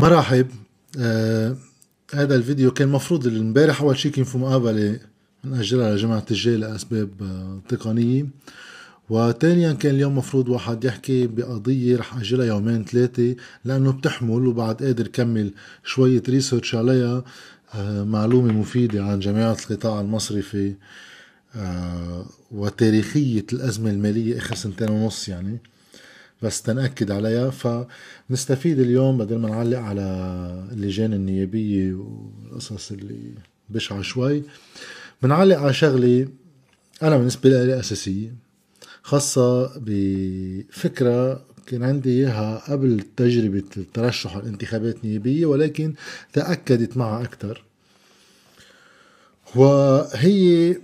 مرحب. هذا الفيديو كان مفروض امبارح اول شيء كان في مقابلة نأجلها لجمعة الجاي لأسباب تقنية، وثانيا كان اليوم مفروض واحد يحكي بقضية رح أجلها يومين ثلاثة لأنه بتحمل وبعد قادر كمل شوية ريسيرش عليها. معلومة مفيدة عن جامعات القطاع المصرفي وتاريخية الأزمة المالية آخر 2.5 سنين يعني، بس تنأكد عليها. فنستفيد اليوم بدل ما نعلق على اللجان النيابية والقصص اللي بشعة شوي، بنعلق على شغلة أنا بالنسبة لي أساسية، خاصة بفكرة كان عندي إياها قبل تجربة الترشح الانتخابات النيابية ولكن تأكدت معها أكتر، وهي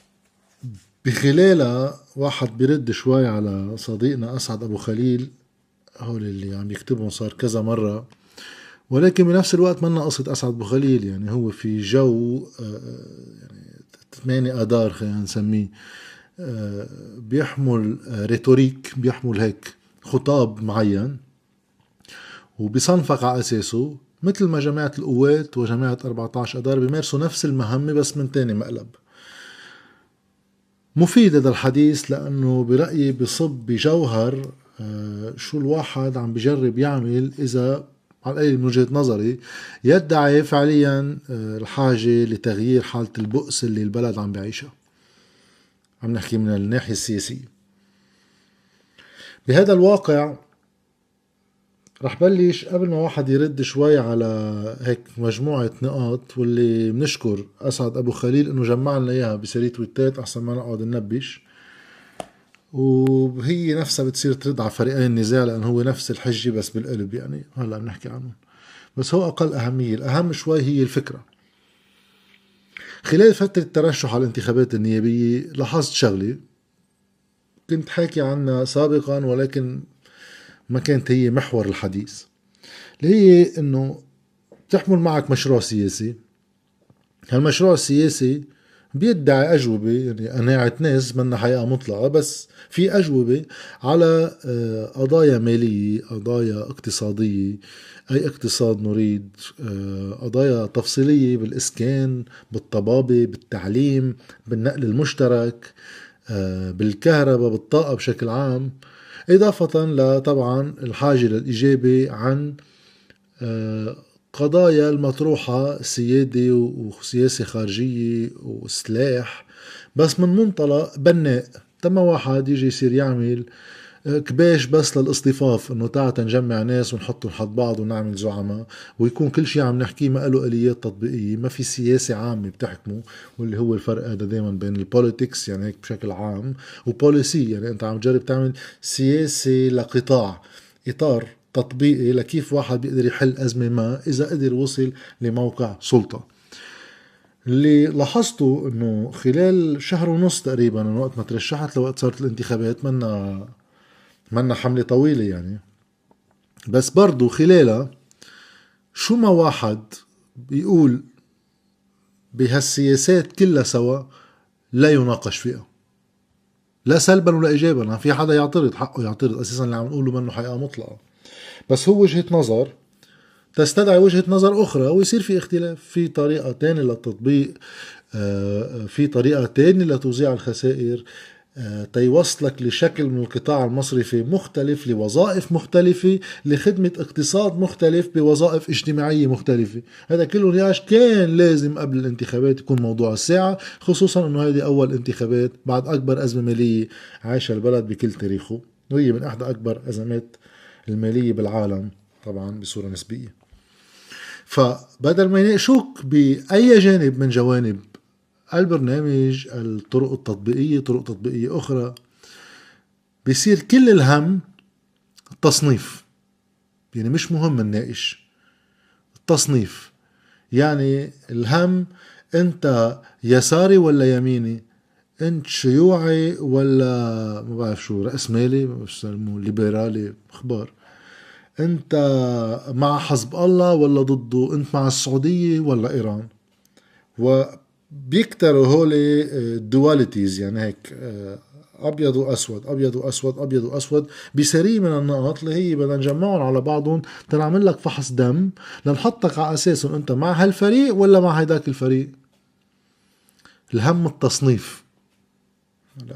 بخلالها واحد بيرد شوي على صديقنا أسعد أبو خليل، هول اللي عم يكتبهم صار كذا مرة، ولكن بنفس الوقت منا قصة أسعد أبو خليل. يعني هو في جو يعني 8 أدار خلينا نسميه، بيحمل ريتوريك، بيحمل هيك خطاب معين وبيصنفق على أساسه، مثل ما جماعة القوات وجماعة 14 أدار بيمارسوا نفس المهمة بس من تاني مقلب. مفيد هذا الحديث لأنه برأيي بصب بجوهر شو الواحد عم بجرب يعمل إذا على الأقل من وجهة نظري يدعي فعليا الحاجة لتغيير حالة البؤس اللي البلد عم بعيشها. عم نحكي من الناحية السياسية. بهذا الواقع رح بلش قبل ما واحد يرد شوي على هيك مجموعة نقاط، واللي بنشكر أسعد أبو خليل إنه جمع لنا إياها بسرية تويتات أحسن ما نقعد ننبش، وهي نفسها بتصير ترد على فريقين النزاع لأنه هو نفس الحجة بس بالقلب. يعني هلا بنحكي عنه بس هو أقل أهمية. الأهم شوي هي الفكرة. خلال فترة الترشح على الانتخابات النيابية لاحظت شغلة كنت حاكي عنها سابقا ولكن ما كانت هي محور الحديث، اللي هي انه تحمل معك مشروع سياسي. هالمشروع السياسي بيدعي أجوبة، يعني قناعة ناس منا حقيقة مطلقة، بس في أجوبة على قضايا مالية، قضايا اقتصادية، أي اقتصاد نريد، قضايا تفصيلية بالإسكان، بالطبابة، بالتعليم، بالنقل المشترك، بالكهرباء، بالطاقة بشكل عام، إضافة لطبعا الحاجة للإجابة عن قضايا المطروحة سيادة وسياسة خارجية وسلاح، بس من منطلق بناء. تما واحد يجي يصير يعمل كباش بس للاصطفاف، انه تعال نجمع ناس ونحطهم حد بعض ونعمل زعماء، ويكون كل شيء عم نحكيه ما له اليات تطبيقيه، ما في سياسه عامه بتحكمه، واللي هو الفرق هذا دائما بين البوليتكس يعني هيك بشكل عام وبوليسي، يعني انت عم تجرب تعمل سياسه لقطاع، اطار تطبيقي لكيف واحد بيقدر يحل ازمه ما اذا قدر وصل لموقع سلطه. اللي لاحظته انه خلال شهر ونص تقريبا من وقت ما ترشحت لوقت صارت الانتخابات، منا حملة طويلة يعني، بس برضو خلالها شو ما واحد بيقول بهالسياسات كلها سوا لا يناقش فيها، لا سلبا ولا ايجابا. ما في حدا يعترض، حقه يعترض، اساسا اللي عم نقوله منه حقيقة مطلقة، بس هو وجهة نظر تستدعي وجهة نظر اخرى ويصير في اختلاف. في طريقة تانية للتطبيق، في طريقة تانية لتوزيع الخسائر، تيوصلك لشكل من القطاع المصرفي مختلف، لوظائف مختلفة، لخدمة اقتصاد مختلف، بوظائف اجتماعية مختلفة. هذا كله نقاش كان لازم قبل الانتخابات يكون موضوع الساعة، خصوصا انه هذه اول انتخابات بعد اكبر ازمة مالية عايشها البلد بكل تاريخه، وهي من احدى اكبر ازمات المالية بالعالم طبعا بصورة نسبية. فبدل ما يناقشوك بأي جانب من جوانب البرنامج، الطرق التطبيقية، طرق تطبيقية أخرى، بيصير كل الهم التصنيف. يعني مش مهم الناقش، التصنيف. يعني الهم أنت يساري ولا يميني، أنت شيوعي ولا ما بعرف شو رأسمالي، بسموه ليبرالي، أخبار أنت مع حزب الله ولا ضده، أنت مع السعودية ولا إيران. وبيكتروا هولي الدواليتيز، يعني هيك ابيض واسود ابيض واسود ابيض واسود بسريه من النقط اللي هي بدنا نجمعهم على بعضهم تنعمل لك فحص دم لنحطك على اساسهم انت مع هالفريق ولا مع هيداك الفريق. الهم التصنيف. لا.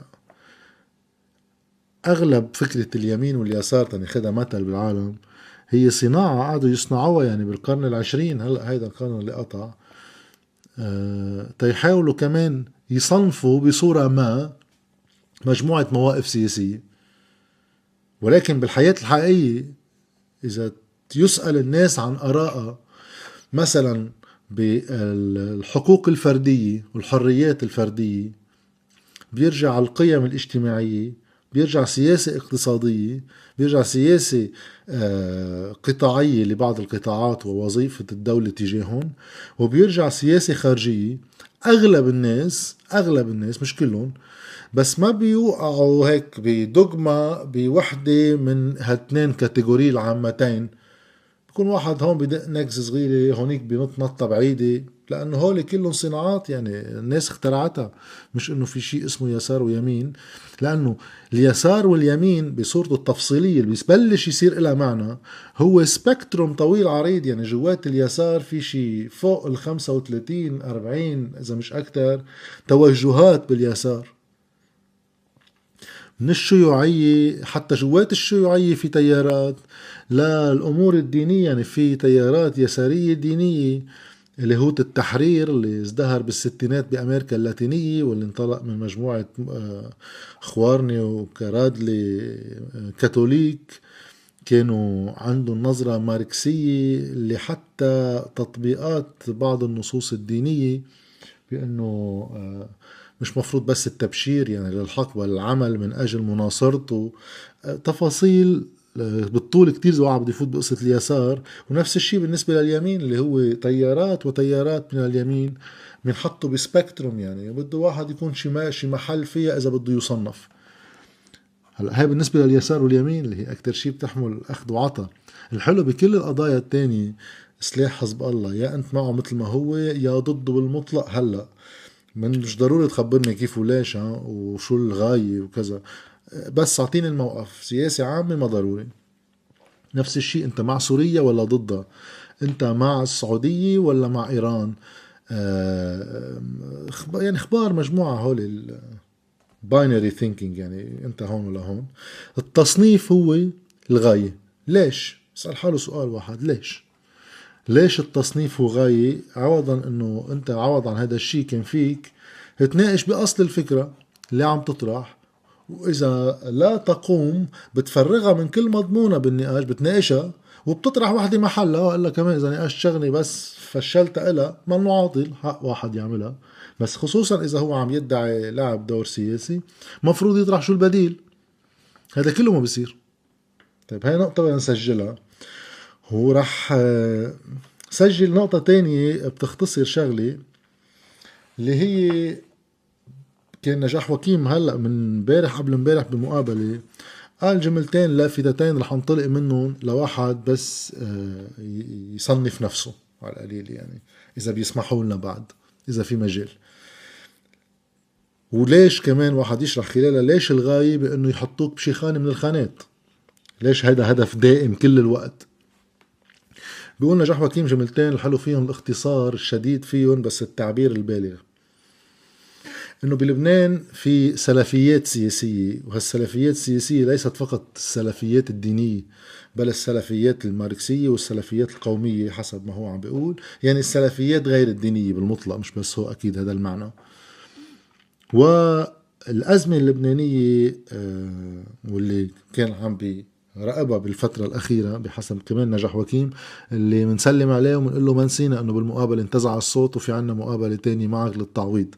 اغلب فكره اليمين واليسار تناخدها مثل بالعالم هي صناعه قعدوا يصنعوها يعني بالقرن العشرين، هلا هيدا القرن اللي قطع، تيحاولوا كمان يصنفوا بصورة ما مجموعة مواقف سياسية. ولكن بالحياة الحقيقية إذا يسأل الناس عن آرائها مثلا بالحقوق الفردية والحريات الفردية، بيرجع القيم الاجتماعية، بيرجع سياسة اقتصادية، بيرجع سياسة قطاعية لبعض القطاعات ووظيفة الدولة تجاههم، وبيرجع سياسة خارجية. أغلب الناس مش كلهم بس ما بيوقعوا هيك بدogma بوحدة من هاتنين كاتيجوري العامتين. بكون واحد هون بدق نكزة صغيرة، هونيك بنط نطة بعيدة، لأنه هول كلهم صناعات يعني الناس اخترعتها، مش إنه في شيء اسمه يسار ويمين. لأنه اليسار واليمين بصورته التفصيلية اللي بيبلش يصير لها معنى هو سبكتروم طويل عريض. يعني جوات اليسار في شيء فوق 35 40 إذا مش أكتر توجهات باليسار، من الشيوعية حتى جوات الشيوعية في تيارات للأمور الدينية. يعني في تيارات يسارية دينية اللي هو التحرير اللي ازدهر بالستينات بأمريكا اللاتينية واللي انطلق من مجموعة خوارني وكرادلي كاثوليك كانوا عندهم نظرة ماركسية اللي حتى تطبيقات بعض النصوص الدينية بأنه مش مفروض بس التبشير يعني للحق والعمل من أجل مناصرته، تفاصيل بالطول كتير زواعة بدي يفوت بقصة اليسار. ونفس الشيء بالنسبة لليمين اللي هو تيارات وتيارات من اليمين بنحطه بسبكتروم. يعني بده واحد يكون شي محل فيها إذا بده يصنف. هلا هاي بالنسبة لليسار واليمين اللي هي أكتر شيء بتحمل أخذ وعطا. الحلو بكل القضايا التانية سلاح حزب الله، يا أنت معه مثل ما هو يا ضده بالمطلق. هلأ مش ضروري تخبرني كيف وليش وشو الغاية وكذا، بس اعطيني الموقف سياسي عامة ما ضروري. نفس الشيء انت مع سوريا ولا ضدها، انت مع السعودية ولا مع ايران. يعني اخبار مجموعة هول الباينري ثينكينج، يعني انت هون ولا هون. التصنيف هو الغاية. ليش؟ اسأل حاله سؤال واحد، ليش التصنيف هو غاية؟ عوضا انه انت عوض عن هذا الشيء كان فيك تناقش بأصل الفكرة اللي عم تطرح، وإذا لا تقوم بتفرغها من كل مضمونة بالنقاش، بتناقشها وبتطرح واحدة محلها. وإلا كمان إذا ناقشت شغلة بس فشلتها إلها منه عاطل حق واحد يعملها. بس خصوصا إذا هو عم يدعي لعب دور سياسي مفروض يطرح شو البديل. هذا كله ما بصير. طيب هاي نقطة بدنا نسجلها. هو رح سجل نقطة تانية بتختصر شغلة اللي هي كان نجاح وكيم هلأ من امبارح قبل امبارح بمقابلة قال جملتين لافتتين رح انطلق منهم لواحد بس يصنف نفسه على القليل، يعني إذا بيسمحوا لنا بعد إذا في مجال. وليش كمان واحد يشرح خلالها ليش الغاية بأنه يحطوك بشي خانة من الخانات، ليش هذا هدف دائم كل الوقت. بيقول نجاح وكيم جملتين الحلو فيهم الاختصار الشديد فيهم بس التعبير البالغ، انه بلبنان في سلفيات سياسية، وهالسلفيات السياسية ليست فقط السلفيات الدينية بل السلفيات الماركسية والسلفيات القومية حسب ما هو عم بيقول، يعني السلفيات غير الدينية بالمطلق، مش بس هو أكيد هذا المعنى. والأزمة اللبنانية واللي كان عم راقبها بالفترة الأخيرة بحسب كمان نجاح وكيم اللي منسلم عليه ومنقول له ما نسينا أنه بالمقابلة انتزع الصوت وفي عنا مقابلة تاني معك للتعويض.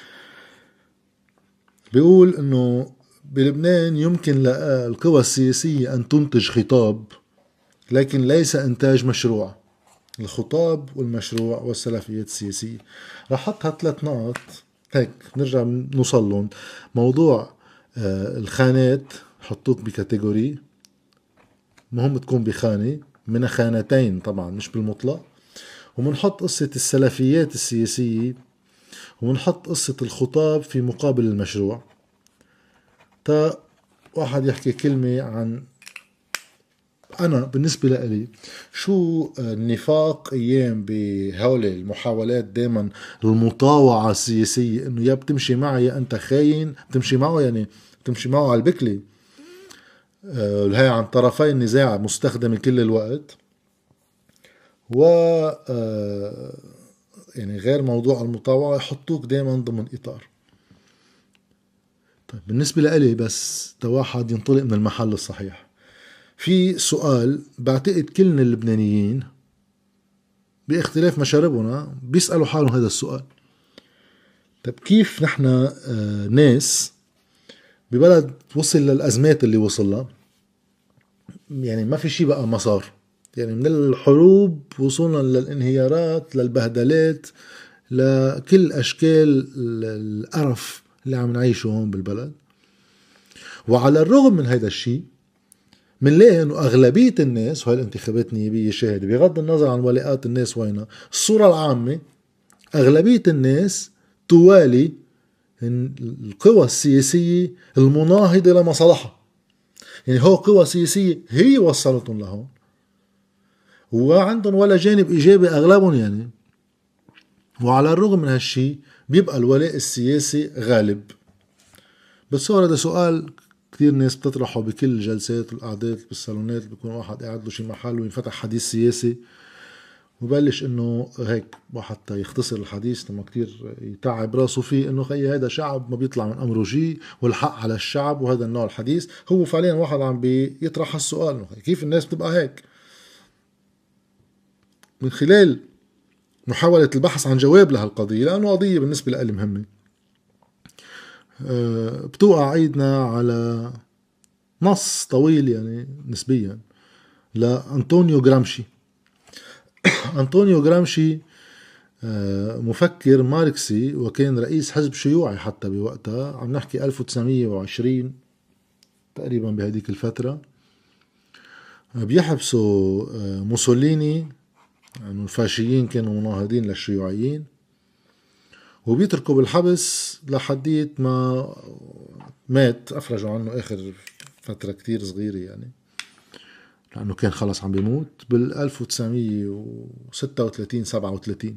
بيقول أنه بلبنان يمكن للقوى السياسية أن تنتج خطاب لكن ليس إنتاج مشروع. الخطاب والمشروع والسلفيات السياسية. رح حطها 3 نقط هيك نرجع نوصل لهم. موضوع الخانات حطوك بكاتيجوري، مهم تكون بخانة من خانتين طبعا مش بالمطلق. ومنحط قصة السلفيات السياسية ومنحط قصة الخطاب في مقابل المشروع. تا واحد يحكي كلمة عن أنا بالنسبة لي شو النفاق أيام بهول المحاولات دايما المطاوعة السياسية، إنه يا بتمشي معي يا أنت خاين، بتمشي معه يعني بتمشي معه على البكلي. هي عن طرفي النزاع مستخدمة كل الوقت. و يعني غير موضوع المطاوعة يحطوك دايما ضمن إطار. طيب بالنسبة لي بس واحد ينطلق من المحل الصحيح، في سؤال بعتقد كلنا اللبنانيين باختلاف مشاربنا بيسألوا حالهم هذا السؤال. طيب كيف نحن ناس ببلد وصل للأزمات اللي وصلها، يعني ما في شيء بقى مسار، يعني من الحروب وصلنا للانهيارات للبهدلات لكل أشكال القرف اللي عم نعيشه هون بالبلد. وعلى الرغم من هذا الشيء منلاقي انه اغلبيه الناس، وهي الانتخابات النيابيه شاهده بغض النظر عن ولاءات الناس وينها، الصوره العامه اغلبيه الناس توالي القوى السياسيه المناهضه لمصالحها. يعني هو قوى سياسيه هي وصلتهم لهون، وعندهم ولا جانب ايجابي اغلبهم يعني. وعلى الرغم من هالشي بيبقى الولاء السياسي غالب. بس هو هذا سؤال كثير ناس بتطرحه بكل الجلسات والقعدات بالصالونات، بيكون واحد قاعد له شي محل وينفتح حديث سياسي وبلش انه هيك حتى يختصر الحديث لما كتير يتعب راسه فيه، انه خي هذا شعب ما بيطلع من امره شيء والحق على الشعب، وهذا النوع الحديث. هو فعليا واحد عم بيطرح السؤال انه كيف الناس بتبقى هيك. من خلال محاولة البحث عن جواب لهالقضية، لأنه قضية بالنسبة لي مهمة، بتوقع عيدنا على نص طويل يعني نسبيا لأنطونيو جرامشي. أنطونيو جرامشي مفكر ماركسي، وكان رئيس حزب شيوعي حتى بوقتها، عم نحكي 1920 تقريبا بهديك الفترة. بيحبسوا موسوليني، يعني الفاشيين كانوا مناهضين للشيوعيين، وبيتركوا بالحبس لحديت ما مات. أفرجوا عنه آخر فترة كتير صغيرة يعني، لأنه كان خلص عم بيموت بال 1936 37.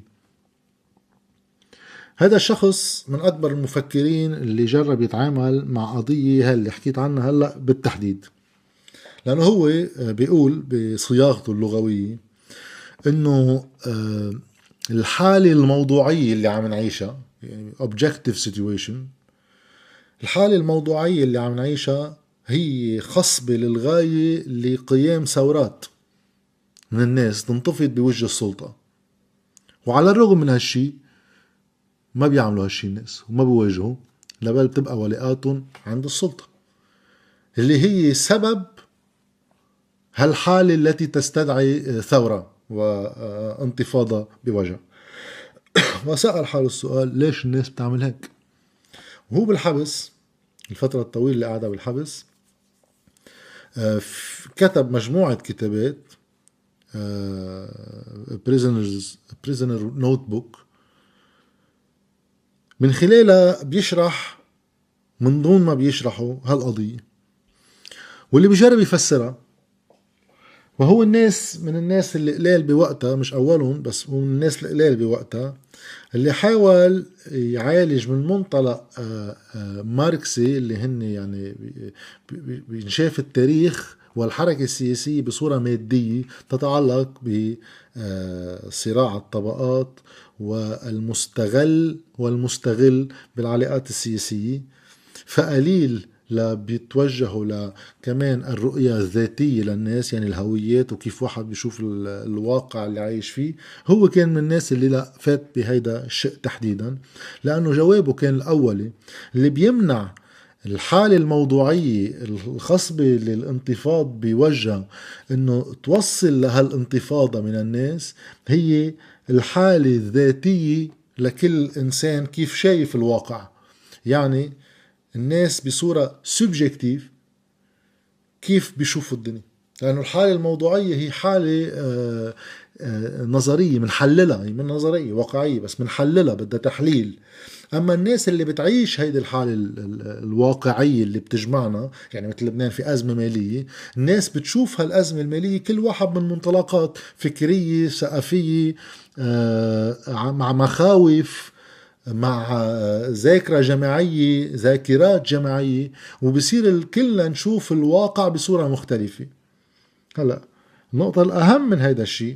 هذا الشخص من أكبر المفكرين اللي جرب يتعامل مع قضية اللي حكيت عنها هلأ بالتحديد، لأنه هو بيقول بصياغته اللغوية إنه الحالة الموضوعية اللي عم نعيشها، يعني objective situation، الحالة الموضوعية اللي عم نعيشها هي خصبة للغاية لقيام ثورات من الناس تنتفض بوجه السلطة. وعلى الرغم من هالشي ما بيعملوا هالشي الناس وما بيواجهوا، لبل بتبقى ولاءاتهم عند السلطة اللي هي سبب هالحالة التي تستدعي ثورة وانتفاضة بوجه. وسأل حاله السؤال ليش الناس بتعمل هيك؟ وهو بالحبس الفترة الطويلة اللي قاعدة بالحبس كتب مجموعة كتابات، prisoner notebook، من خلالها بيشرح من دون ما بيشرحوا هالقضية، واللي بيجرب يفسرها. وهو الناس من الناس اللي قلال بوقتها، مش أولهم بس من الناس اللي قلال بوقتها، اللي حاول يعالج من منطلق ماركسي اللي هن يعني بينشاف التاريخ والحركة السياسية بصورة مادية تتعلق بصراع الطبقات والمستغل والمستغل بالعلاقات السياسية. فقليل بيتوجهوا كمان الرؤية الذاتية للناس، يعني الهويات وكيف واحد بيشوف الواقع اللي عايش فيه. هو كان من الناس اللي لا فات بهيدا الشيء تحديدا، لأنه جوابه كان الأولي اللي بيمنع الحالة الموضوعية الخصبة للانتفاض بوجه انه توصل لهالانتفاضة من الناس، هي الحالة الذاتية لكل انسان كيف شايف الواقع. يعني الناس بصورة سوبجكتيف كيف بيشوفوا الدنيا، لأنه الحالة الموضوعية هي حالة نظرية منحللها، هي من نظرية واقعية بس منحللها بدها تحليل. اما الناس اللي بتعيش هيدي الحالة الواقعية اللي بتجمعنا، يعني مثل لبنان في أزمة مالية، الناس بتشوف هالأزمة المالية كل واحد من منطلقات فكرية ثقافية، مع مخاوف، مع ذاكرة جماعية، ذاكرات جماعية، وبصير الكل نشوف الواقع بصورة مختلفة. هلأ النقطة الأهم من هيدا الشيء،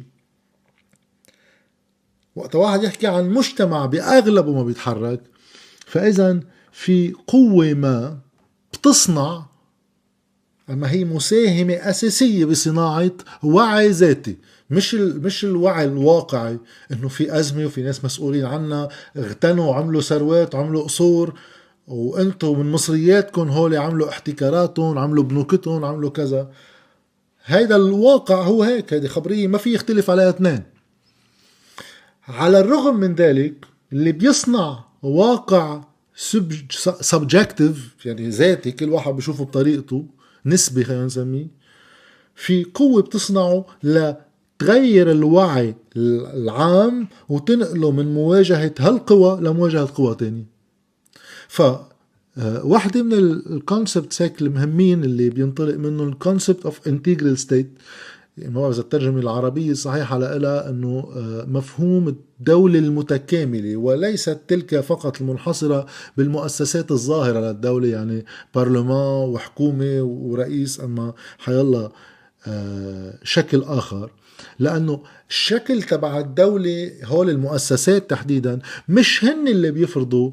وقت واحد يحكي عن مجتمع بأغلبه ما بيتحرك، فإذا في قوة ما بتصنع، أما هي مساهمة أساسية بصناعة وعي ذاتي، مش الوعي الواقعي إنه في أزمة وفي ناس مسؤولين عنا اغتنوا وعملوا ثروات وعملوا قصور، وانتم من مصرياتكم هول عملوا احتكاراتهم، عملوا بنوكتهم، عملوا كذا. هيدا الواقع هو هيك، هيدي خبرية ما في يختلف عليها اثنين. على الرغم من ذلك اللي بيصنع واقع subjective، يعني ذاتي، كل واحد بيشوفه بطريقته، نسبي خلينا نسميه، في قوة بتصنعه لتغير الوعي العام وتنقله من مواجهة هالقوى لمواجهة قوى تانية. واحدة من الكونسبت هيك المهمين اللي بينطلق منه الكونسبت اوف انتجرال ستيت، ما بعرف اذا الترجمة العربية الصحيحة لها انه مفهوم الدولة المتكاملة، وليست تلك فقط المنحصرة بالمؤسسات الظاهرة للدولة، يعني برلمان وحكومة ورئيس، اما حيالله شكل اخر. لانه الشكل تبع الدولة، هول المؤسسات تحديدا، مش هن اللي بيفرضوا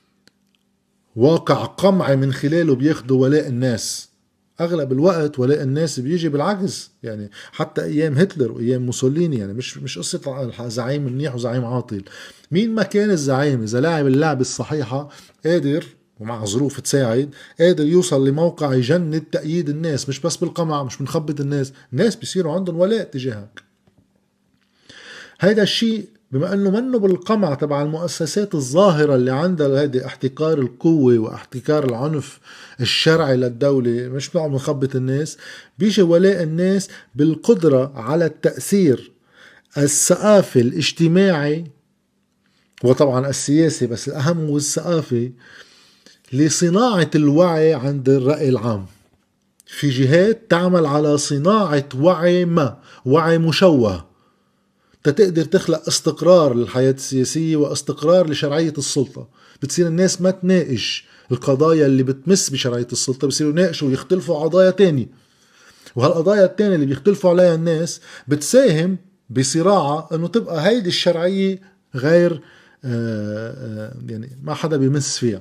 واقع قمعي من خلاله بياخدوا ولاء الناس. اغلب الوقت ولاء الناس بيجي بالعكس، يعني حتى ايام هتلر وايام موسوليني، يعني مش قصه زعيم منيح وزعيم عاطل. مين ما كان الزعيم، اذا لاعب اللعبه الصحيحه قادر ومع ظروف تساعد، قادر يوصل لموقع يجند تأييد الناس، مش بس بالقمع، مش بنخبط الناس بيصيروا عندهم ولاء تجاهك. هيدا الشيء بما انه منه بالقمع تبع المؤسسات الظاهرة اللي عندها هيدي احتكار القوة واحتكار العنف الشرعي للدولة، مش بنقعد نخبط الناس، بيجي ولاء الناس بالقدرة على التأثير الثقافي الاجتماعي، وطبعا السياسي، بس الأهم هو الثقافي، لصناعة الوعي عند الرأي العام. في جهات تعمل على صناعة وعي ما، وعي مشوه، تقدر تخلق استقرار للحياة السياسية واستقرار لشرعية السلطة. بتصير الناس ما تناقش القضايا اللي بتمس بشرعية السلطة، بصيروا يناقشوا ويختلفوا قضايا تانية، وهالقضايا التانية اللي بيختلفوا عليها الناس بتساهم بصراعة انه تبقى هيدي الشرعية غير يعني ما حدا بيمس فيها.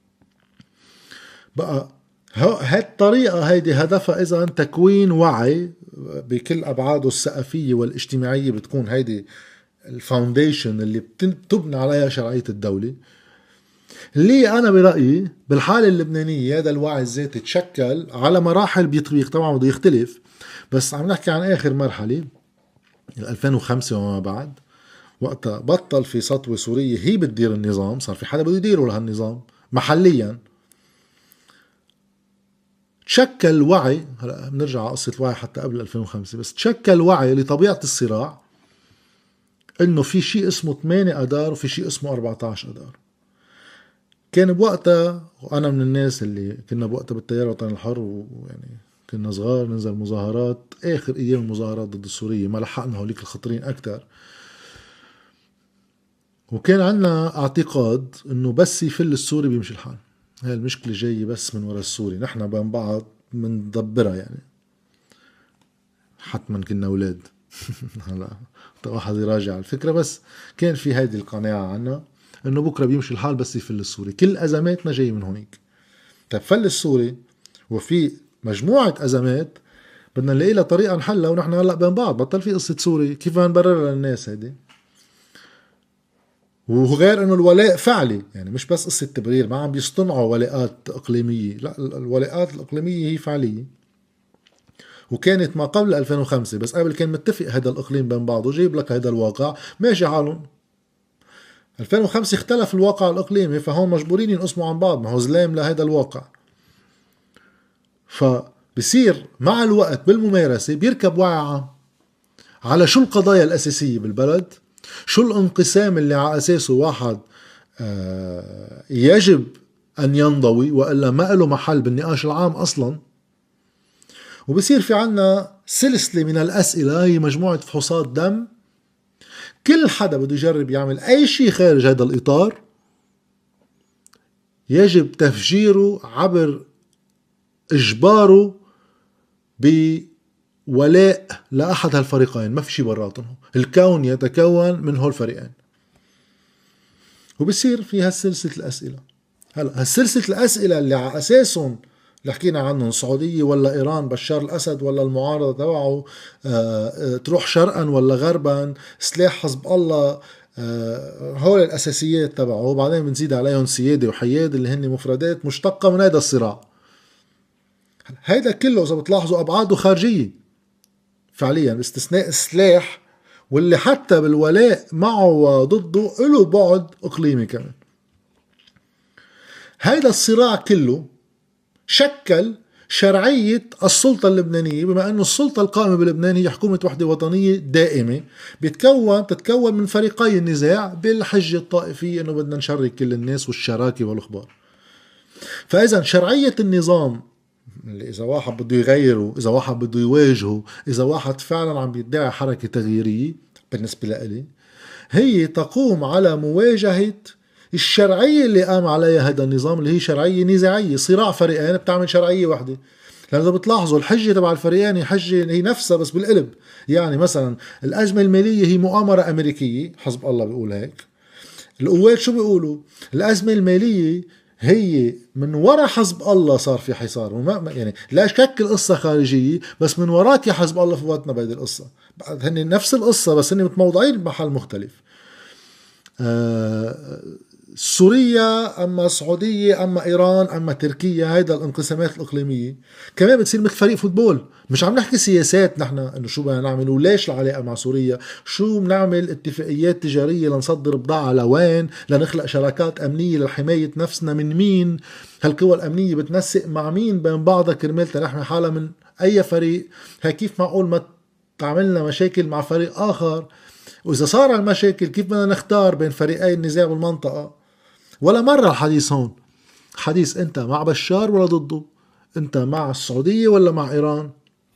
بقى هالطريقة هيدي هدفها إذا تكوين وعي بكل أبعاده الثقافية والاجتماعية، بتكون هيدي الفاونديشن اللي بتبنى عليها شرعية الدولة. اللي أنا برأيي بالحالة اللبنانية هذا الوعي الذاتي تشكل على مراحل بيطبيق، طبعا بده يختلف، بس عم نحكي عن آخر مرحلة 2005 وما بعد، وقتها بطل في سطوة سورية هي بتدير النظام، صار في حدا بده يديره لهالنظام محليا. تشكل وعي، هلا بنرجع على قصة الوعي حتى قبل 2005، بس تشكل وعي لطبيعة الصراع، انه في شيء اسمه 8 اذار وفي شيء اسمه 14 اذار. كان بوقتها، وانا من الناس اللي كنا بوقتها بالتيار الوطني الحر، ويعني كنا صغار ننزل مظاهرات، اخر ايام المظاهرات ضد السورية ما لحقنا هوليك الخطرين اكثر. وكان عندنا اعتقاد انه بس يفل السوري بيمشي الحال، هاي المشكلة جاية بس من وراء السوري، نحن بين بعض مندبرها يعني، حتما كنا أولاد. هلا واحد يراجع الفكرة، بس كان في هيدي القناعة عنا انه بكرة بيمشي الحال بس يفل السوري، كل ازماتنا جاي من هونيك. طيب فل السوري وفي مجموعة ازمات بدنا نلاقي لها طريقة نحلها، ونحن هلا بين بعض، بطل في قصة سوري، كيف نبررها للناس هيدي؟ وغير انه الولاء فعلي، يعني مش بس قصة تبرير، ما عم بيصطنعوا ولاءات اقليمية، لا الولاءات الاقليمية هي فعلية، وكانت ما قبل 2005، بس قبل كان متفق هذا الاقليم بين بعضه، جايب لك هذا الواقع ماشي حالهم. 2005 اختلف الواقع الاقليمي، فهون مجبورين ينقسموا عن بعض، ما هو زلام لهذا الواقع. فبصير مع الوقت بالممارسة بيركب وعي عام على شو القضايا الأساسية بالبلد، شو الانقسام اللي على أساسه واحد يجب أن ينضوي وإلا ما له محل بالنقاش العام أصلا. وبصير في عنا سلسلة من الأسئلة، هي مجموعة فحوصات دم. كل حدا بده يجرب يعمل أي شيء خارج هذا الإطار يجب تفجيره عبر إجباره بولاء لأحد هالفريقين، ما في شيء براتهم. الكون يتكون من هول الفريقين. وبصير في هالسلسلة الأسئلة. هلا هالسلسلة الأسئلة اللي على أساسهم اللي حكينا عنهم، السعودية ولا إيران، بشار الأسد ولا المعارضة تبعه، تروح شرقا ولا غربا، سلاح حزب الله، هول الأساسيات تبعه. وبعدين بنزيد عليهم سيادة وحياد اللي هن مفردات مشتقة من هذا الصراع. هيدا كله إذا بتلاحظوا أبعاده خارجية فعليا باستثناء السلاح، واللي حتى بالولاء معه وضده له بعد إقليمي كمان. هيدا الصراع كله شكل شرعية السلطة اللبنانية، بما أنه السلطة القائمة بلبنان هي حكومة وحدة وطنية دائمة بتتكون من فريقي النزاع بالحجة الطائفية أنه بدنا نشرك كل الناس والشراكة والأخبار. فإذا شرعية النظام اللي إذا واحد بده يغيره، إذا واحد بده يواجهه، إذا واحد فعلا عم بيدعي حركة تغييرية، بالنسبة لي هي تقوم على مواجهة الشرعية اللي قام عليها هذا النظام، اللي هي شرعية نزاعية. صراع فريقين بتعمل شرعية واحدة. لأن إذا بتلاحظوا الحجة تبع الفريقين هي حجة هي نفسها بس بالقلب. يعني مثلا الأزمة المالية هي مؤامرة أمريكية، حزب الله بيقول هيك. القوات شو بيقولوا؟ الأزمة المالية هي من وراء حزب الله صار في حصار، يعني لا شك القصة خارجية، بس من وراك يا حزب الله فوتنا بهذه القصة. هن نفس القصة بس هن متموضعين بمحل مختلف. سوريا أما السعودية أما إيران أما تركيا، هيدا الانقسامات الإقليمية كمان بتصير مثل فريق فوتبول. مش عم نحكي سياسات نحن إنه شو بدنا نعمل وليش العلاقة مع سوريا، شو بنعمل اتفاقيات تجارية لنصدر بضاعة لوين، لنخلق شراكات أمنية لحماية نفسنا من مين، هالقوى الأمنية بتنسق مع مين بين بعضها كرمال نحمي حالها من أي فريق. هاي كيف معقول ما تعملنا مشاكل مع فريق آخر، وإذا صار المشاكل كيف بدنا نختار بين فريقي النزاع بالمنطقة. ولا مرة الحديث هون حديث أنت مع بشار ولا ضده، أنت مع السعودية ولا مع إيران.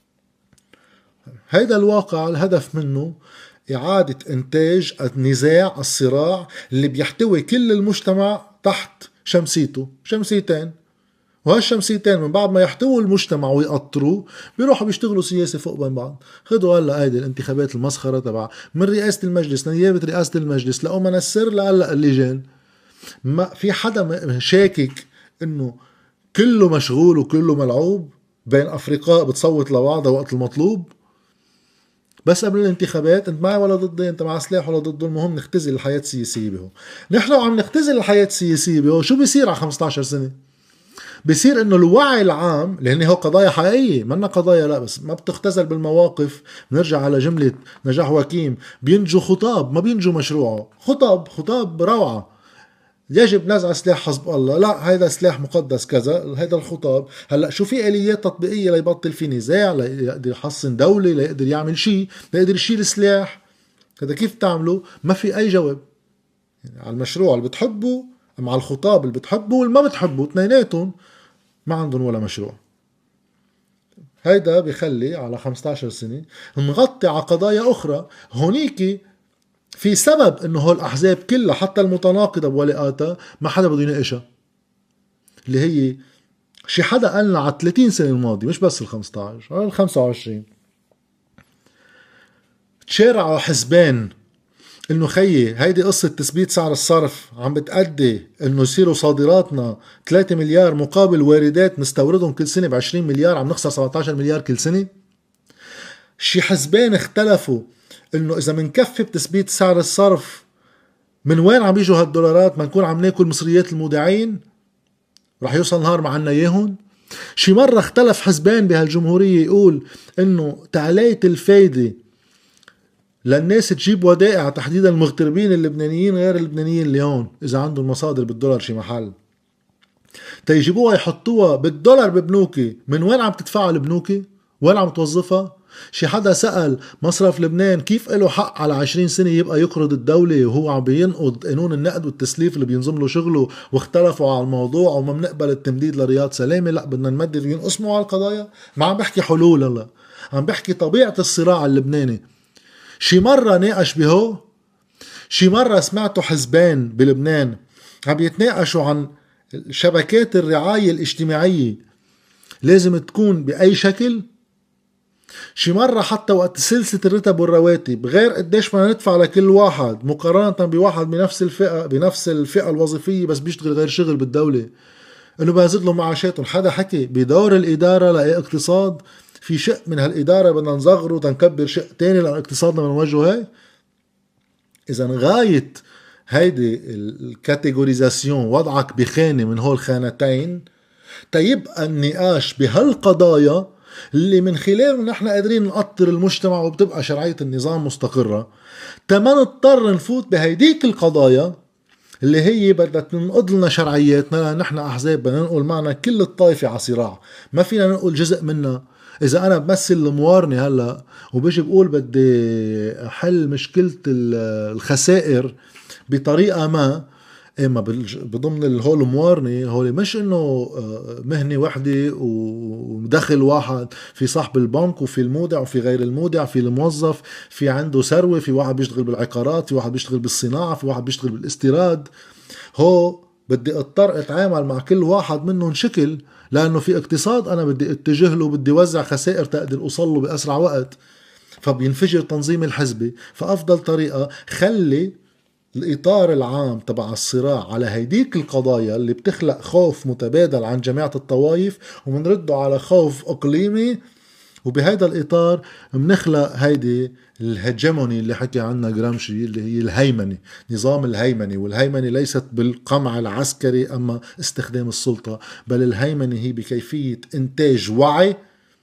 هيدا الواقع الهدف منه إعادة إنتاج النزاع الصراع اللي بيحتوي كل المجتمع تحت شمسيته، شمسيتين. وهالشمسيتين من بعد ما يحتووا المجتمع ويقطروه بيروحوا بيشتغلوا سياسة فوق بين بعض. خدوا هلا هيدي الانتخابات المسخرة تبع من رئاسة المجلس لنيابة رئاسة المجلس لأمنا السر لهلا اللجان. ما في حدا شاكك انه كله مشغول وكله ملعوب بين افرقاء بتصوت لبعضها وقت المطلوب. بس قبل الانتخابات انت معي ولا ضدي، انت مع سلاح ولا ضده، المهم نختزل الحياة السياسية بهو. نحن عم نختزل الحياة السياسية بهو. شو بيصير على 15 سنة؟ بيصير انه الوعي العام، لان هو قضايا حقيقية منا قضايا لا بس ما بتختزل بالمواقف. نرجع على جملة نجاح وكيم، بينجو خطاب ما بينجو مشروعه. خطاب روعة، يجب نزع سلاح حزب الله، لا هيدا سلاح مقدس كذا، هيدا الخطاب. هلا شو في آليات تطبيقية ليبطل في نزاع، ليقدر يحصن دولة، ليقدر يعمل شيء، ليقدر يشيل سلاح؟ هذا كيف تعمله؟ ما في أي جواب. يعني على المشروع اللي بتحبه، مع الخطاب اللي بتحبه واللي ما بتحبه، اثنيناتهم ما عندهم ولا مشروع. هيدا بيخلي على 15 سنة نغطي على قضايا أخرى. هونيك في سبب انه هول الاحزاب كلها حتى المتناقضه بولاءاتها ما حدا بده يناقشها، اللي هي شي حدا قالنا على 30 سنه الماضيه، مش بس ال 15 ال 25 تشارعوا حزبين انه خيي هيدي قصه تثبيت سعر الصرف عم بتأدي انه يصيروا صادراتنا 3 مليار مقابل واردات نستوردهم كل سنه ب 20 مليار، عم نخسر 17 مليار كل سنه. شي حزبين اختلفوا انه اذا منكفي بتثبيت سعر الصرف من وين عم بيجوا هالدولارات، ما نكون عم ناكل مصريات المودعين، رح يوصل نهار ما عنا اياهم. شي مرة اختلف حزبين بهالجمهورية يقول انه تعلية الفايدة للناس تجيب ودائع، تحديدا المغتربين اللبنانيين غير اللبنانيين اللي هون اذا عندهم مصادر بالدولار شي محل، تيجيبوها يحطوها بالدولار ببنوكي. من وين عم تدفعوا البنوكي؟ وين عم توظفها؟ شي حدا سأل مصرف لبنان كيف له حق على 20 سنة يبقى يقرض الدولة وهو عم بينقض قانون النقد والتسليف اللي بينظم له شغله، واختلفوا على الموضوع وما بنقبل التمديد لرياض سلامة، لا بدنا نمدد وينقسموا على القضايا. ما عم بحكي حلول، هلا عم بحكي طبيعة الصراع اللبناني. شي مرة ناقش بهو؟ شي مرة سمعتوا حزبين بلبنان عم يتناقشوا عن شبكات الرعاية الاجتماعية لازم تكون بأي شكل؟ شي مرة حتى وقت سلسلة الرتب والرواتب غير قديش بدنا ندفع لكل واحد مقارنة بواحد بنفس الفئة الوظيفية بس بيشتغل غير شغل بالدولة انه بنزيد له معاشاتهم، حدا حكي بدور الإدارة لأي اقتصاد؟ في شق من هالإدارة بدنا نصغره تنكبر شق تاني لأن اقتصادنا بدنا نوجهه هاي؟ إذا غاية هيدي الكاتيجوريزاسيون وضعك بخانة من هول خانتين تيبقى النقاش بهالقضايا اللي من خلاله نحن قادرين نقطر المجتمع وبتبقى شرعية النظام مستقرة، تما نضطر نفوت بهيديك القضايا اللي هي بدها تنقض لنا شرعياتنا. نحن أحزاب بدنا ننقل معنا كل الطائفة على صراع، ما فينا ننقل جزء منها. إذا أنا بمثل الموارنة هلأ وبيجي بقول بدي أحل مشكلة الخسائر بطريقة ما، اما بضمن الهول موارنة هول مش انه مهنة وحدة ودخل واحد، في صاحب البنك وفي المودع وفي غير المودع، في الموظف، في عنده ثروة، في واحد بيشتغل بالعقارات، في واحد بيشتغل بالصناعة، في واحد بيشتغل بالاستيراد. هو بدي اضطر اتعامل مع كل واحد منهم شكل، لانه في اقتصاد انا بدي اتجه له، بدي وزع خسائر تقدر اوصل له باسرع وقت، فبينفجر تنظيم الحزبي. فافضل طريقة خلي الإطار العام تبع الصراع على هيديك القضايا اللي بتخلق خوف متبادل عن جميع الطوائف ومنرده على خوف إقليمي، وبهيدا الإطار منخلق هيدي الهجموني اللي حكي عنها جرامشي اللي هي الهيمنة، نظام الهيمنة. والهيمنة ليست بالقمع العسكري أما استخدام السلطة، بل الهيمنة هي بكيفية إنتاج وعي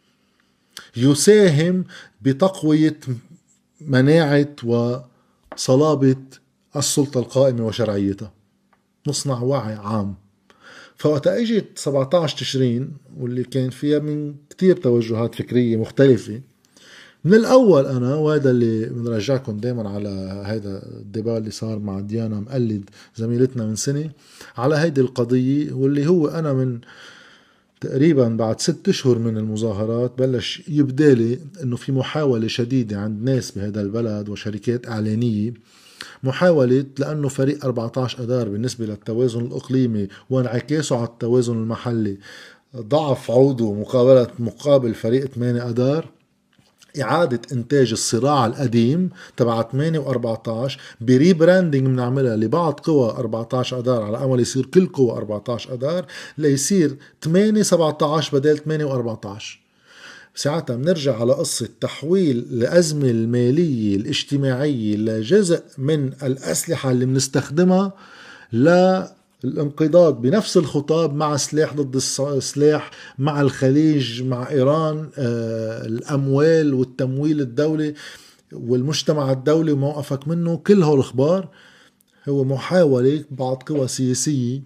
يساهم بتقوية مناعة وصلابة السلطة القائمة وشرعيتها، نصنع وعي عام. فوقت اجت 17 تشرين واللي كان فيها من كتير توجهات فكرية مختلفة، من الأول أنا وهذا اللي بنرجعكم دايما على هذا الديبال اللي صار مع ديانا مقلد زميلتنا من سنة على هيدي القضية، واللي هو أنا من تقريبا بعد 6 أشهر من المظاهرات بلش يبدالي أنه في محاولة شديدة عند ناس بهذا البلد وشركات إعلانية، محاولة لأنه فريق 14 أدار بالنسبة للتوازن الإقليمي وانعكاسه على التوازن المحلي ضعف عوده مقابل فريق 8 أدار، إعادة إنتاج الصراع القديم تبع 8 و14 بريبراندنج بنعملها لبعض قوى 14 أدار على أمل يصير كل قوى 14 أدار ليصير 8 17 بدل 8 و14. ساعتها بنرجع على قصة تحويل الأزمة المالية الاجتماعية لجزء من الأسلحة اللي بنستخدمها للانقضاض بنفس الخطاب مع سلاح ضد السلاح، مع الخليج، مع إيران، الأموال والتمويل الدولي والمجتمع الدولي وموقفك منه. كل هول الأخبار هو محاولة بعض قوى سياسية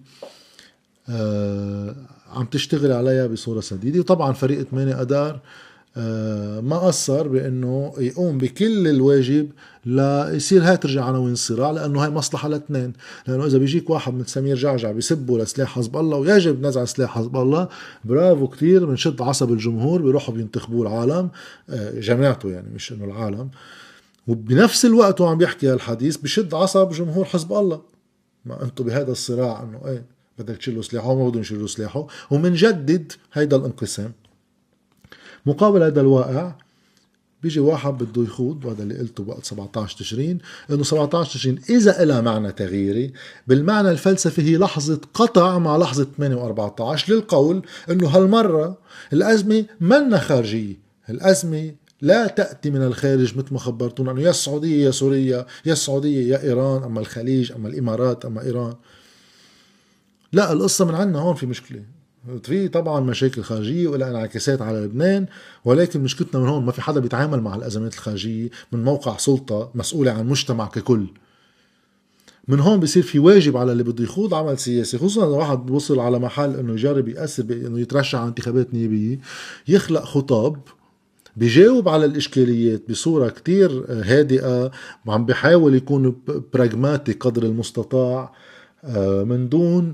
عم تشتغل عليها بصورة سديدة. وطبعا فريق 8 أدار ما قصر بأنه يقوم بكل الواجب ليصير هاي ترجع عناوين الصراع، لأنه هاي مصلحة الاثنين. لأنه إذا بيجيك واحد من سمير جعجع بيسبوا لسلاح حزب الله ويجب نزع سلاح حزب الله، برافو كتير، بنشد عصب الجمهور بيروحوا بينتخبوا العالم جماعته، يعني مش إنه العالم. وبنفس الوقت وعم بيحكي هالحديث بشد عصب جمهور حزب الله، ما أنتوا بهذا الصراع إنه إيه بدك تشيلوا سلاحه وما بدهم يشيلوا سلاحه، ومنجدد هيدا الانقسام. مقابل هذا الواقع بيجي واحد بده يخوض، وهذا اللي قلته وقت 17 تشرين، انه 17 تشرين اذا إلها معنى تغييري بالمعنى الفلسفي هي لحظة قطع مع لحظة 8 و14 للقول انه هالمرة الازمة منا خارجية، الازمة لا تأتي من الخارج مثل ما خبرتونا انه يا السعودية يا سوريا، يا السعودية يا ايران، اما الخليج، اما الامارات، اما ايران. لا، القصة من عنا هون في مشكلة، في طبعا مشاكل خارجية وإلها انعكاسات على لبنان، ولكن مشكلتنا من هون ما في حدا بيتعامل مع الأزمات الخارجية من موقع سلطة مسؤولة عن مجتمع ككل. من هون بيصير في واجب على اللي بده يخوض عمل سياسي، خصوصا إذا واحد وصل على محل إنه يجرب يأثر بإنه يترشح على انتخابات نيابية، يخلق خطاب بيجاوب على الإشكاليات بصورة كتير هادئة، وعم بيحاول يكون براغماتي قدر المستطاع، من دون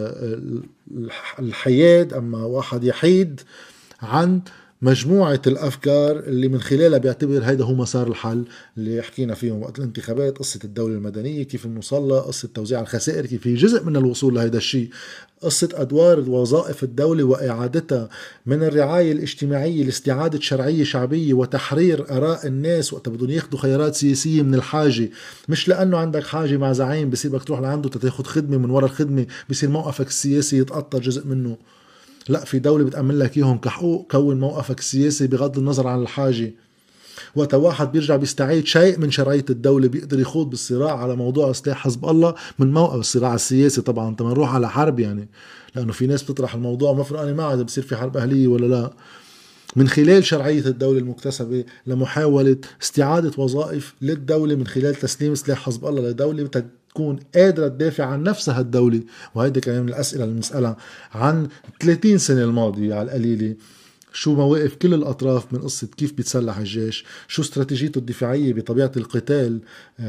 الحياد، أما واحد يحيد عن مجموعة الأفكار اللي من خلالها بيعتبر هيدا هو مسار الحل اللي حكينا فيهم وقت الانتخابات، قصة الدولة المدنية كيف بنوصلها، قصة توزيع الخسائر كيف هي جزء من الوصول لهيدا الشيء، قصة أدوار وظائف الدولة وإعادتها من الرعاية الاجتماعية لاستعادة شرعية شعبية وتحرير آراء الناس وقت بدهم ياخدوا خيارات سياسية من الحاجة، مش لأنه عندك حاجة مع زعيم بصير بدك تروح لعنده تاخد خدمة، من وراء الخدمة بصير موقفك السياسي يتقطر جزء منه. لا، في دولة بتأمن لك إياهم كحقوق، كون موقفك السياسي بغض النظر عن الحاجة. وقت واحد بيرجع بيستعيد شيء من شرعية الدولة بيقدر يخوض بالصراع على موضوع سلاح حزب الله من موقف الصراع السياسي. طبعا انت نروح على حرب يعني، لأنه في ناس بتطرح الموضوع مفرقانة معها إذا بصير في حرب أهلية ولا لا، من خلال شرعية الدولة المكتسبة لمحاولة استعادة وظائف للدولة من خلال تسليم سلاح حزب الله لدولة تكون قادرة تدافع عن نفسها الدولة. وهيدا كمان من الأسئلة اللي بنسألها عن 30 سنة الماضية على القليلة. شو مواقف كل الأطراف من قصة كيف بيتسلح الجيش، شو استراتيجيته الدفاعية بطبيعة القتال.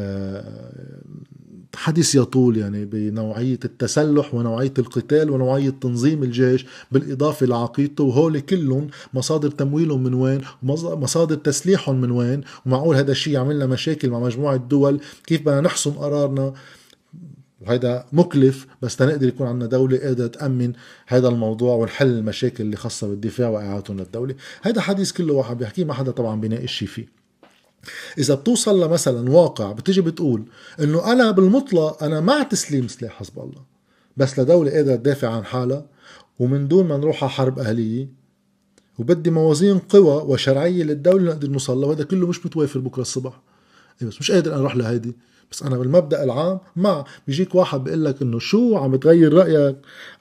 حديث يطول يعني بنوعية التسلح ونوعية القتال ونوعية تنظيم الجيش بالإضافة لعقيدته، وهول كلهم مصادر تمويلهم من وين ومصادر تسليحهم من وين، ومعقول هذا الشيء يعمل لنا مشاكل مع مجموعة دول. كيف بدنا نحسم قرارنا، وهذا مكلف، بس تنقدر يكون عندنا دولة قادرة تأمن هذا الموضوع ونحل المشاكل اللي خاصة بالدفاع وإعادتهم للدولة. هذا حديث كله واحد بيحكيه، ما حدا طبعا بيناقش فيه. إذا بتوصل لمثلا واقع بتيجي بتقول إنه أنا بالمطلق أنا مع تسليم سلاح حزب الله، بس لدولة قادرة تدافع عن حالها ومن دون ما نروح على حرب أهلية، وبدي موازين قوى وشرعية للدولة نقدر نوصل له، وهذا كله مش متوافر بكرة الصبح. بس مش قادر أروح لهيدي، بس أنا بالمبدأ العام مع. بيجيك واحد بيقول لك إنه شو عم بتغير رأيك؟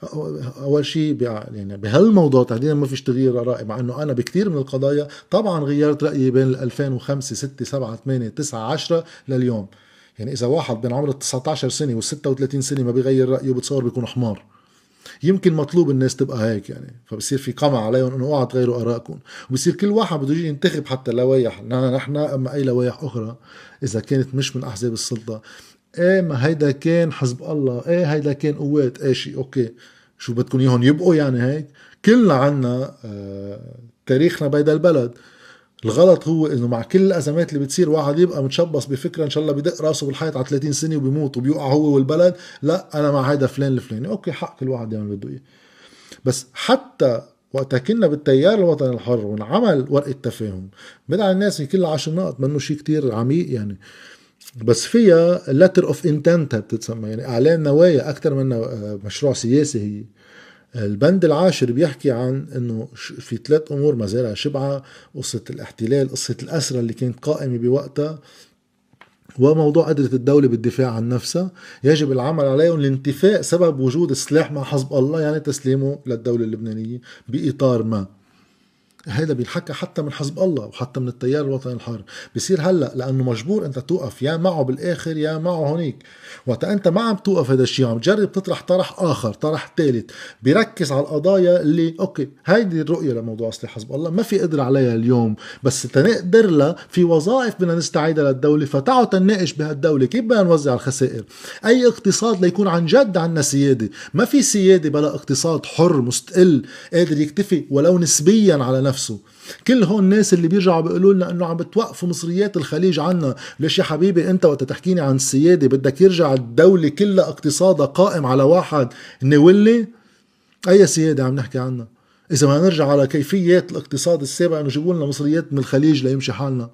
أول شيء يعني بهالموضوع تحديدا ما فيش تغيير رأي، مع إنه أنا بكتير من القضايا طبعا غيرت رأيي بين 2005 6 7 8 9 10 لليوم. يعني إذا واحد بين عمر 19 سنة وال 36 سنة ما بيغير رأيه بتصور بيكون حمار. يمكن مطلوب الناس تبقى هيك يعني، فبصير في قمع عليهم انه اوعى تغيروا ارائكم، وبصير كل واحد بده يجي ينتخب حتى لوائح نحن اما اي لوائح اخرى اذا كانت مش من احزاب السلطه. ايه ما هيدا كان حزب الله، ايه هيدا كان قوات، ايه شيء اوكي، شو بدكم اياهم يبقوا يعني هيك؟ كلنا عنا تاريخنا بهيدا البلد. الغلط هو انه مع كل الازمات اللي بتصير واحد يبقى متشبص بفكره ان شاء الله بدق راسه بالحيط على 30 سنه وبيموت وبيوقع هو والبلد. لا، انا مع هيدا فلان الفلاني، اوكي حق كل واحد يعمل بده اياه. بس حتى وقت كنا بالتيار الوطني الحر ونعمل ورقه تفاهم بدع الناس كلها 10 نقط، منه شيء كتير عميق يعني، بس فيها letter of intent بتتسمى، يعني اعلان نوايا اكثر من مشروع سياسي. هي البند العاشر بيحكي عن انه في 3 امور مزارع شبعة، قصة الاحتلال، قصة الاسرى اللي كانت قائمة بوقتها، وموضوع قدرة الدولة بالدفاع عن نفسها، يجب العمل عليهم لانتفاء سبب وجود السلاح مع حزب الله، يعني تسليمه للدولة اللبنانية بإطار ما. هذا بينحكى حتى من حزب الله وحتى من التيار الوطني الحر. بصير هلا لانه مجبور انت توقف يا معه بالاخر يا معه هونيك. وقت انت ما عم توقف هذا الشيء، عم تجرب تطرح طرح اخر، طرح ثالث بيركز على القضايا اللي اوكي هيدي الرؤيه لموضوع سلاح حزب الله ما في قدر عليها اليوم، بس تنقدر لها في وظائف بدنا نستعيدها للدوله، فتعوا تناقش بهالدوله كيف بدنا نوزع الخسائر، اي اقتصاد ليكون عن جد عنا سياده. ما في سياده بلا اقتصاد حر مستقل قادر يكتفي ولو نسبيا على نفسه. كل هون الناس اللي بيرجعوا بيقولوا لنا انه عم بتوقفوا مصريات الخليج عنا، ليش يا حبيبي انت وقت تحكيني عن السياده بدك يرجع الدوله كلها اقتصادها قائم على واحد نولي؟ اي سياده عم نحكي عنها اذا ما نرجع على كيفيات الاقتصاد السابق انه جيبوا لنا مصريات من الخليج ليمشي حالنا؟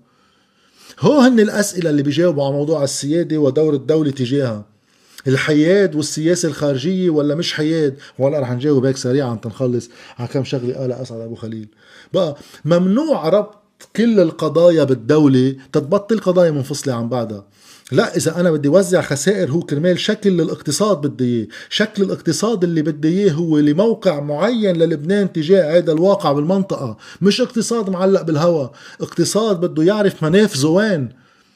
هو هن الاسئله اللي بيجاوبوا على موضوع السياده ودور الدوله تجاهها. الحياد والسياسة الخارجية ولا مش حياد؟ ولا رح نجاوب هيك سريعا تنخلص على كم شغلة قالها أسعد أبو خليل. بقى ممنوع ربط كل القضايا بالدولة تتبطل قضايا منفصلة عن بعضها. لا، إذا أنا بدي وزع خسائر هو كرمال شكل الاقتصاد بدي إياه، شكل الاقتصاد اللي بدي إياه هو لموقع معين للبنان تجاه هذا الواقع بالمنطقة، مش اقتصاد معلق بالهوا. اقتصاد بده يعرف منافذه وين.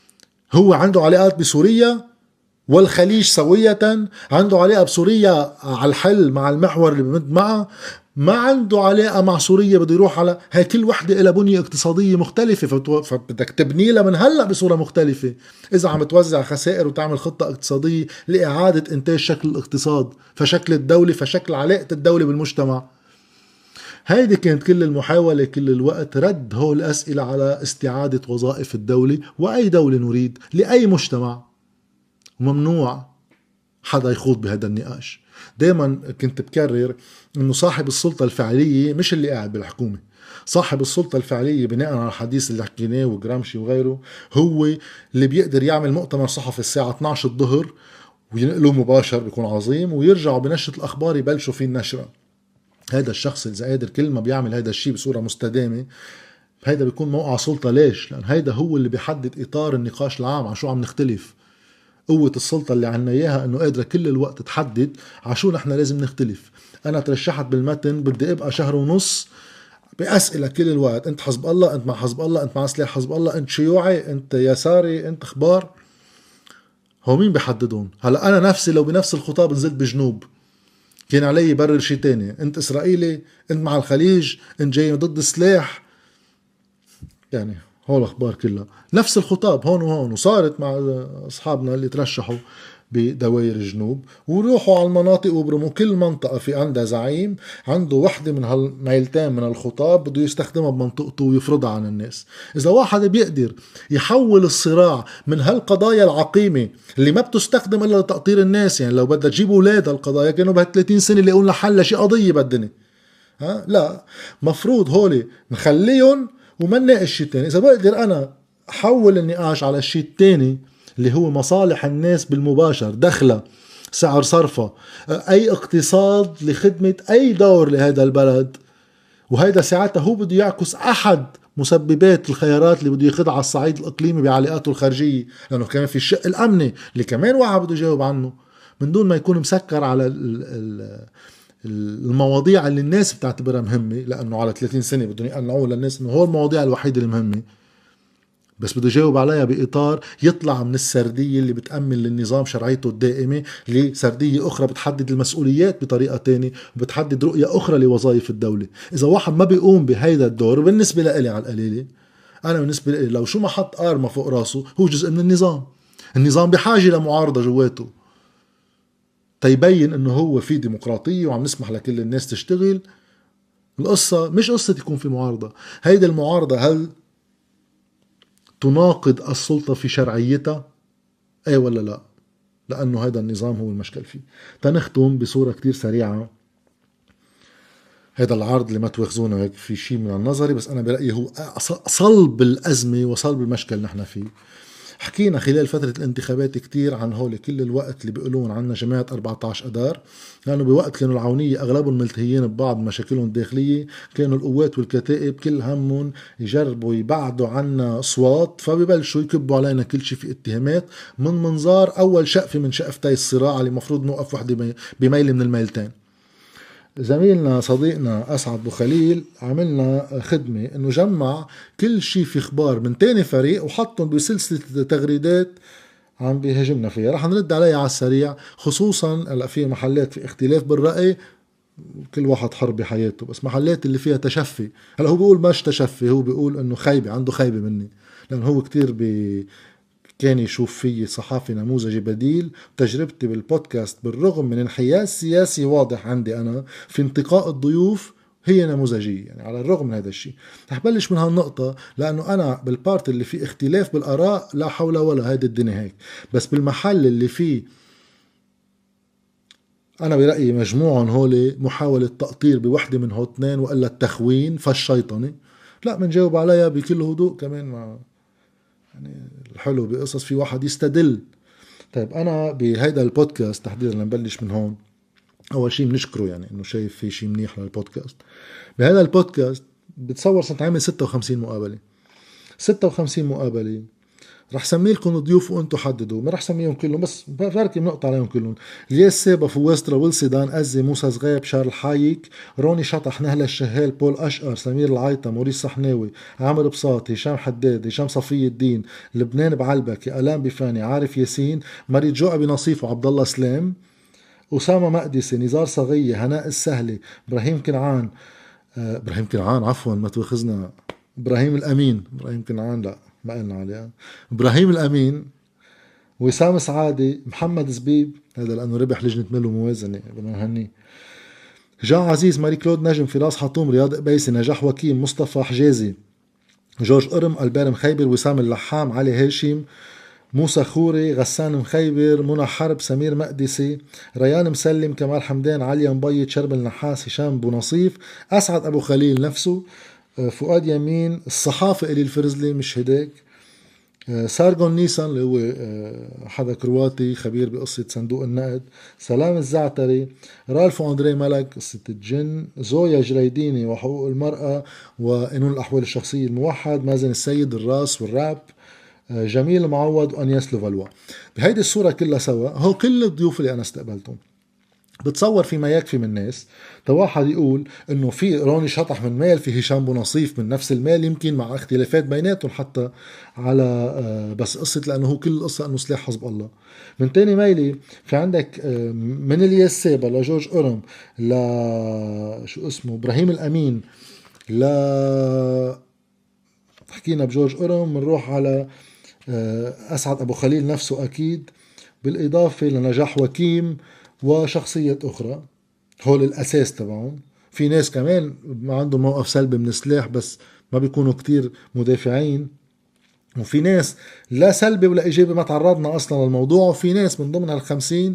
هو عنده علاقات بسوريا والخليج سوية، عنده علاقة بسوريا على الحل مع المحور اللي بمد معه، ما عنده علاقة مع سوريا، بده يروح على هاي كل وحدة إلى بنية اقتصادية مختلفة، فبدك تبني لها من هلأ بصورة مختلفة إذا عم توزع خسائر وتعمل خطة اقتصادية لإعادة إنتاج شكل الاقتصاد، فشكل الدولة، فشكل علاقة الدولة بالمجتمع. هيدي كانت كل المحاولة كل الوقت رد هول الأسئلة على استعادة وظائف الدولة، وأي دولة نريد لأي مجتمع. وممنوع حدا يخوض بهذا النقاش. دايما كنت بكرر انه صاحب السلطة الفعلية مش اللي قاعد بالحكومة. صاحب السلطة الفعلية بناء على الحديث اللي حكيناه وجرامشي وغيره هو اللي بيقدر يعمل مؤتمر صحفي الساعة 12 الظهر وينقلوه مباشر، بيكون عظيم، ويرجعوا بنشرة الأخبار يبلشوا فيه النشرة. هذا الشخص إذا قادر كل ما بيعمل هذا الشيء بصورة مستدامة، هيدا بيكون موقع سلطة. ليش؟ لأن هيدا هو اللي بيحدد إطار النقاش العام على شو عم نختلف. قوة السلطة اللي عنا إياها إنه قادرة كل الوقت تحدد على شو نحن لازم نختلف. أنا ترشحت بالمتن بدي أبقى شهر ونص بأسئلة كل الوقت، أنت حزب الله، أنت مع حزب الله، أنت مع سلاح حزب الله، أنت شيوعي، أنت يساري، أنت خبار. هو مين بيحددون؟ هلا أنا نفسي لو بنفس الخطاب نزلت بجنوب كان علي يبرر شيء تاني، أنت إسرائيلي، أنت مع الخليج، أنت جاي ضد السلاح، يعني هول الأخبار كلها نفس الخطاب هون وهون. وصارت مع أصحابنا اللي ترشحوا بدوائر الجنوب وروحوا على المناطق وبرموا كل منطقة في عندها زعيم عنده وحدة من هالميلتين من الخطاب بده يستخدمها بمنطقته ويفرضها عن الناس. إذا واحد بيقدر يحول الصراع من هالقضايا العقيمة اللي ما بتستخدم إلا لتقطير الناس، يعني لو بدها تجيب أولاد هالقضايا كانوا بها 30 سنة اللي يقولنا حل شي قضية بدني، ها لا، مفروض هولي نخليهم وما نناقش شيء تاني. إذا بقدر أنا أحول النقاش على الشيء التاني اللي هو مصالح الناس بالمباشر، دخلة، سعر صرفة، أي اقتصاد لخدمة أي دور لهذا البلد، وهيدا ساعتها هو بده يعكس أحد مسببات الخيارات اللي بده ياخدها على الصعيد الإقليمي بعلاقاته الخارجية، لأنه كمان في الشق الأمني اللي كمان واحد بده يجاوب عنه من دون ما يكون مسكر على المواضيع اللي الناس بتعتبرها مهمة، لأنه على 30 سنة بدهم يقنعوا للناس إنه هو المواضيع الوحيدة المهمة، بس بده يجاوب عليها بإطار يطلع من السردية اللي بتأمن للنظام شرعيته الدائمة لسردية أخرى بتحدد المسؤوليات بطريقة تانية وبتحدد رؤية أخرى لوظائف الدولة. إذا واحد ما بيقوم بهيدا الدور، وبالنسبة لي على القليلة، أنا بالنسبة لي لو شو ما حط قارمة فوق راسه هو جزء من النظام. النظام بحاجة لمعارضة جواته تيبين انه هو في ديمقراطية وعم نسمح لكل الناس تشتغل. القصة مش قصة يكون في معارضة، هيدا المعارضة هل تناقض السلطة في شرعيتها؟ اي ولا لا؟ لانه هيدا النظام هو المشكل فيه. تنختم بصورة كتير سريعة هذا العرض اللي ما تواخذونه هيك في شيء من النظري، بس انا برأيي هو صلب الازمة وصلب المشكل نحن فيه. حكينا خلال فترة الانتخابات كتير عن هول كل الوقت اللي بيقولون عنا جماعة 14 أدار، لأنه بوقت كانوا العونية أغلبهم ملتهيين ببعض مشاكلهم الداخلية، كانوا القوات والكتائب كل همهم يجربوا يبعدوا عنا أصوات، فبيبلشوا يكبوا علينا كل شيء في اتهامات من منظار أول شقفة من شقفتي الصراع اللي مفروض نوقف وحدة بميل من الميلتين. زميلنا صديقنا أسعد بو خليل عملنا خدمة انه جمع كل شيء في اخبار من تاني فريق وحطهم بسلسلة تغريدات عم بيهاجمنا فيها، رح نرد عليها على السريع، خصوصا هلا في محلات في اختلاف بالرأي، كل واحد حر بحياته، بس محلات اللي فيها تشفي. هلا هو بيقول مش تشفي، هو بيقول انه خيبة، عنده خيبة مني، لانه هو كتير كان يشوف فيي صحافي نموذجي بديل. تجربتي بالبودكاست بالرغم من انحياز سياسي واضح عندي أنا في انتقاء الضيوف هي نموذجية، يعني على الرغم من هذا الشيء. رح بلش من هالنقطة لأنه أنا بالبارت اللي فيه اختلاف بالآراء لا حول ولا هيدي الدنيا هيك، بس بالمحل اللي فيه أنا برأيي مجموعهم هولي محاولة تقطير بوحدة من هالتنين وإلا التخوين فالشيطنة، لا منجاوب عليها بكل هدوء كمان. ما يعني الحلو بقصص في واحد يستدل. طيب أنا بهيدا البودكاست تحديدا نبلش من هون، أول شيء بنشكره يعني إنه شايف في شيء منيح للبودكاست. بهذا البودكاست بتصور سنتعمل 56 مقابلة، 56 مقابلة. رح سمي لكم ضيوف وانتم حددوا، ما رح سميهم كلهم بس فركي بنقطع عليهم كلهم. الياس سابا، فوسترا، ويلسيدان، أزي، موسى صغيب، شارل حايك، روني شطح، نهلة الشهال، بول أشقر، سمير العيطة، موريس صحناوي، عامر بساط، هشام حداد، هشام صفي الدين، لبنان بعلبك، ألام بفاني، عارف ياسين، مريد جوع بنصيف، وعبد الله سلام، أسامة مقدسي، نزار صغية، هناء السهلي، إبراهيم كنعان، إبراهيم كنعان عفوا ما تواخذنا، إبراهيم الأمين، إبراهيم كنعان لا ما قلنا عليه، إبراهيم الأمين، وسام سعادي، محمد زبيب هذا لأنه ربح لجنة ميل وموازنة بدنا نهنيه، جان عزيز، ماري كلود نجم، فراس حطوم، رياض قبيسي، نجاح وكيم، مصطفى حجازي، جورج قرم، البير مخيبر، وسام اللحام، علي هاشم، موسى خوري، غسان مخيبر، منى حرب، سمير مقدسي، ريان مسلم، كمال حمدان، عليا مبيض، شرب النحاس، هشام بونصيف، أسعد أبو خليل نفسه، فؤاد يمين، الصحافة إلي الفرزلي مش هداك، سارجون نيسان اللي هو حدا كرواتي خبير بقصة صندوق النقد، سلام الزعتري، رالفو أندري ملك قصة الجن، زويا جريديني وحقوق المرأة وقانون الأحوال الشخصية الموحد، مازن السيد، الراس والراب، جميل معوض، وأنياس لوفالوا. بهيدي الصورة كلها سوا هو كل الضيوف اللي أنا استقبلتهم. بتصور فيما يكفي من ناس واحد يقول انه في روني شطح من ميل، في هشام بونصيف من نفس الميل، يمكن مع اختلافات بيناتهم حتى على بس قصة لانه هو كل القصة انه سلاح حزب الله. من تاني ميلي في عندك من الياس سابا لجورج قرم ل شو اسمه ابراهيم الامين، ل حكينا بجورج قرم، بنروح على اسعد ابو خليل نفسه اكيد، بالاضافة لنجاح وكيم وشخصية أخرى. هول الأساس تبعهم. في ناس كمان ما عندهم موقف سلبي من السلاح بس ما بيكونوا كتير مدافعين، وفي ناس لا سلبي ولا إيجابي ما تعرضنا أصلا للموضوع، وفي ناس من ضمن هال50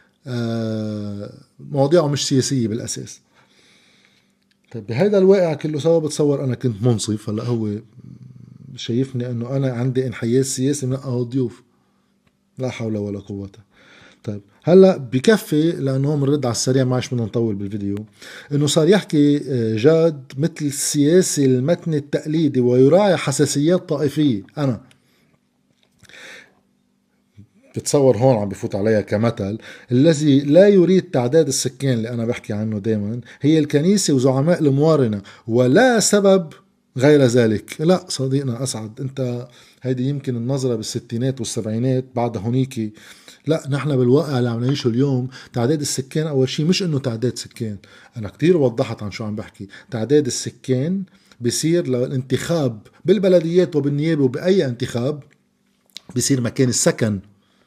مواضيعهم مش سياسية بالأساس. طيب بهذا الواقع كله سوا بتصور أنا كنت منصف، هلأ هو شايفني أنه أنا عندي انحياز سياسي من الضيوف، لا حول ولا قوة. طيب هلا بكفي لانه بنرد على السريع معش بدنا نطول بالفيديو، انه صار يحكي جاد مثل السياسي المتني التقليدي ويراعي حساسيات طائفيه. انا بتصور هون عم بفوت عليها كمثل، الذي لا يريد تعداد السكان اللي انا بحكي عنه دائما هي الكنيسه وزعماء الموارنه ولا سبب غير ذلك. لا صديقنا اسعد، انت هيدي يمكن النظره بالستينات والسبعينات بعد هونيك. لا نحن بالواقع اللي عم نعيشه اليوم تعداد السكان اول شيء مش انه تعداد سكان، انا كتير وضحت عن شو عم بحكي. تعداد السكان بصير للانتخاب بالبلديات وبالنيابه وباي انتخاب، بصير مكان السكن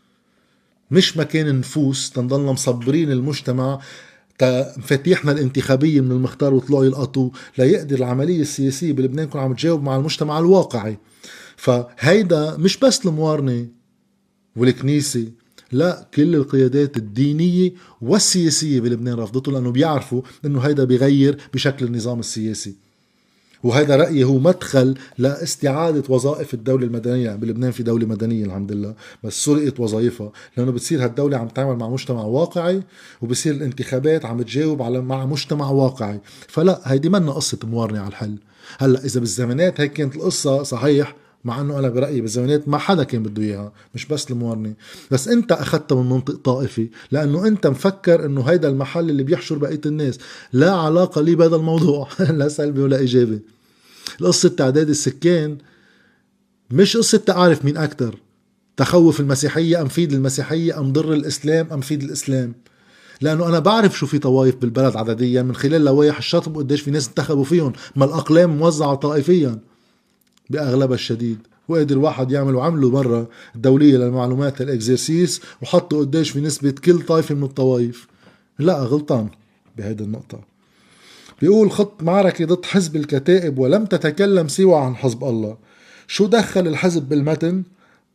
مش مكان النفوس تنضلنا مصبرين المجتمع مفاتيحنا الانتخابية من المختار وطلعوا يلقطوا ليقدر العملية السياسية بلبنان يكون عم تجاوب مع المجتمع الواقعي. فهيدا مش بس الموارنة والكنيسة، لا كل القيادات الدينية والسياسية بلبنان رفضته، لأنه بيعرفوا أنه هيدا بيغير بشكل النظام السياسي. وهذا رأيي هو مدخل لاستعادة وظائف الدولة المدنية. يعني بلبنان في دولة مدنية الحمد لله، بس سرقت وظائفها لأنه بتصير هالدولة عم تعمل مع مجتمع واقعي، وبصير الانتخابات عم تجاوب على مع مجتمع واقعي. فلا هيدي منا قصة موارنة على الحل. هلا إذا بالزمانات هيك كانت القصة صحيح، مع انه انا برأيي بالزمانات ما حدا كان بده اياها، مش بس الموارنة، بس انت اخذتها من منطق طائفي لانه انت مفكر انه هيدا المحل اللي بيحشر بقية الناس. لا علاقة لي بهذا الموضوع لا سلبي ولا ايجابي. قصة تعداد السكان مش قصة تعرف مين أكتر، تخوف المسيحية أم فيد المسيحية أم ضر الإسلام أم فيد الإسلام. لأنه أنا بعرف شو في طوائف بالبلد عدديا من خلال لوائح الشطب قديش في ناس انتخبوا فيهم، ما الأقلام موزعة طائفيا بأغلبها الشديد. وقدر واحد يعمل وعملوا مرة الدولية للمعلومات الإكزيرسيس وحطوا قديش في نسبة كل طائفة من الطوائف. لا غلطان بهيدي النقطة. بيقول خط معركة ضد حزب الكتائب ولم تتكلم سوى عن حزب الله. شو دخل الحزب بالمتن؟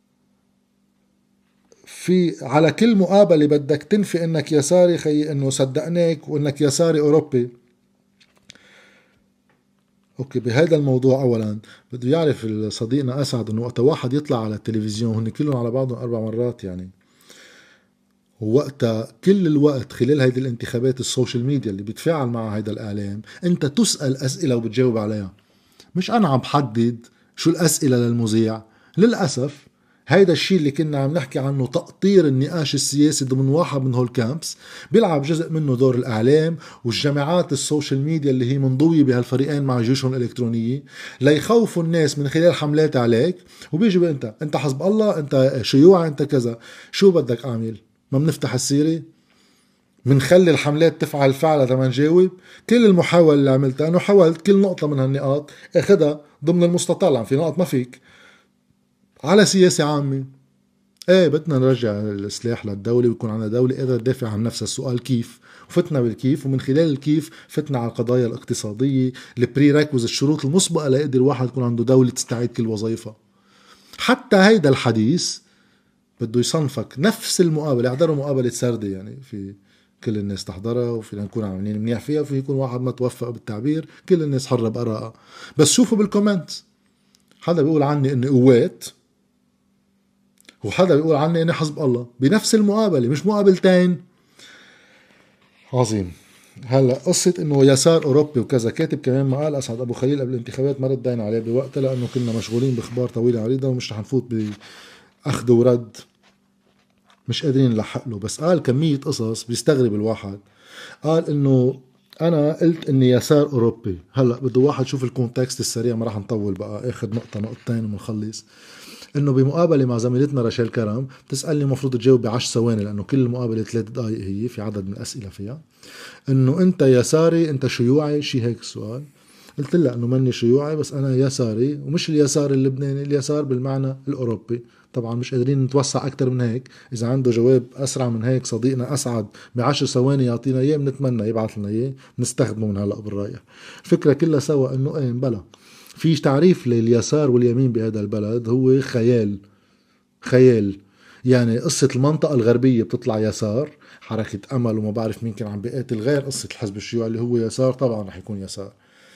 في على كل مقابلة بدك تنفي انك يساري خي، انه صدقناك وانك يساري اوروبي. اوكي بهذا الموضوع اولا بده يعرف صديقنا اسعد انه وقت واحد يطلع على التلفزيون هن كلهم على بعضهم 4 مرات يعني، ووقتها كل الوقت خلال هيدي الانتخابات السوشيال ميديا اللي بيتفاعل مع هيدا الاعلام انت تسأل اسئلة وبتجاوب عليها، مش انا عم بحدد شو الاسئلة للمذيع. للأسف هيدا الشيء اللي كنا عم نحكي عنه تقطير النقاش السياسي ضمن واحد من هول كامبس بيلعب جزء منه دور الإعلام والجماعات السوشيال ميديا اللي هي منضوية بهالفريقين مع جيوشهم الإلكترونية ليخوفوا الناس من خلال حملات عليك. وبيجي انت حزب الله، انت شيوعي، انت كذا. شو بدك اعمل؟ ما بنفتح السيرة؟ منخلي الحملات تفعل فعلا لما نجاوب. كل المحاولة اللي عملتها انه حاولت كل نقطة من هالنقاط اخدها ضمن المستطيل. عم في نقط ما فيك على سياسة عامة. ايه بدنا نرجع السلاح للدولة ويكون عندنا دولة قادرة تدافع عن نفسها. السؤال كيف؟ وفتنا بالكيف، ومن خلال الكيف فتنا على القضايا الاقتصادية، البري راكوز، الشروط المسبقة ليقدر الواحد يكون عنده دولة تستعيد كل وظائفها. حتى هيدا الحديث بده يصنفك نفس المقابلة. احضروا مقابلة سردي يعني، في كل الناس تحضرها وفينا نكون عاملين منيح فيها، وفي يكون واحد ما توفق بالتعبير، كل الناس حرة بآرائها. بس شوفوا بالكومنت، حدا بيقول عني اني قوات وحدا بيقول عني اني حزب الله بنفس المقابلة، مش مقابلتين. عظيم. هلا قصة انه يسار اوروبي وكذا، كاتب كمان مقال اسعد ابو خليل قبل الانتخابات، ما ردينا عليه بوقتها لانه كنا مشغولين باخبار طويلة عريضة ومش رح نفوت باخذ ورد، مش قادرين نلحق له. بس قال كمية قصص بيستغرب الواحد. قال انه انا قلت اني يسار اوروبي. هلا بده واحد يشوف الكونتكست السريع، ما راح نطول بقى، اخذ نقطة نقطتين ومنخلص. انه بمقابله مع زميلتنا رشيل كرم، بتسالني المفروض تجاوب ب10 ثواني لانه كل المقابله 3 دقائق، هي في عدد من الاسئله فيها. انه انت يساري، انت شيوعي، شي هيك السؤال. قلت لها انه ماني شيوعي، بس انا يساري، ومش اليسار اللبناني، اليسار بالمعنى الاوروبي. طبعا مش قادرين نتوسع اكثر من هيك. اذا عنده جواب اسرع من هيك صديقنا اسعد ب10 ثواني يعطينا اياه، بنتمنى يبعث لنا اياه نستخدمه من هلا بالرايح. الفكره كلها سوا انه ايه بلا في تعريف لليسار واليمين بهذا البلد، هو خيال. خيال يعني قصة المنطقة الغربية بتطلع يسار، حركة أمل وما بعرف مين كان عم بيقاتل، غير قصة الحزب الشيوعي اللي هو يسار، طبعا رح يكون يسار.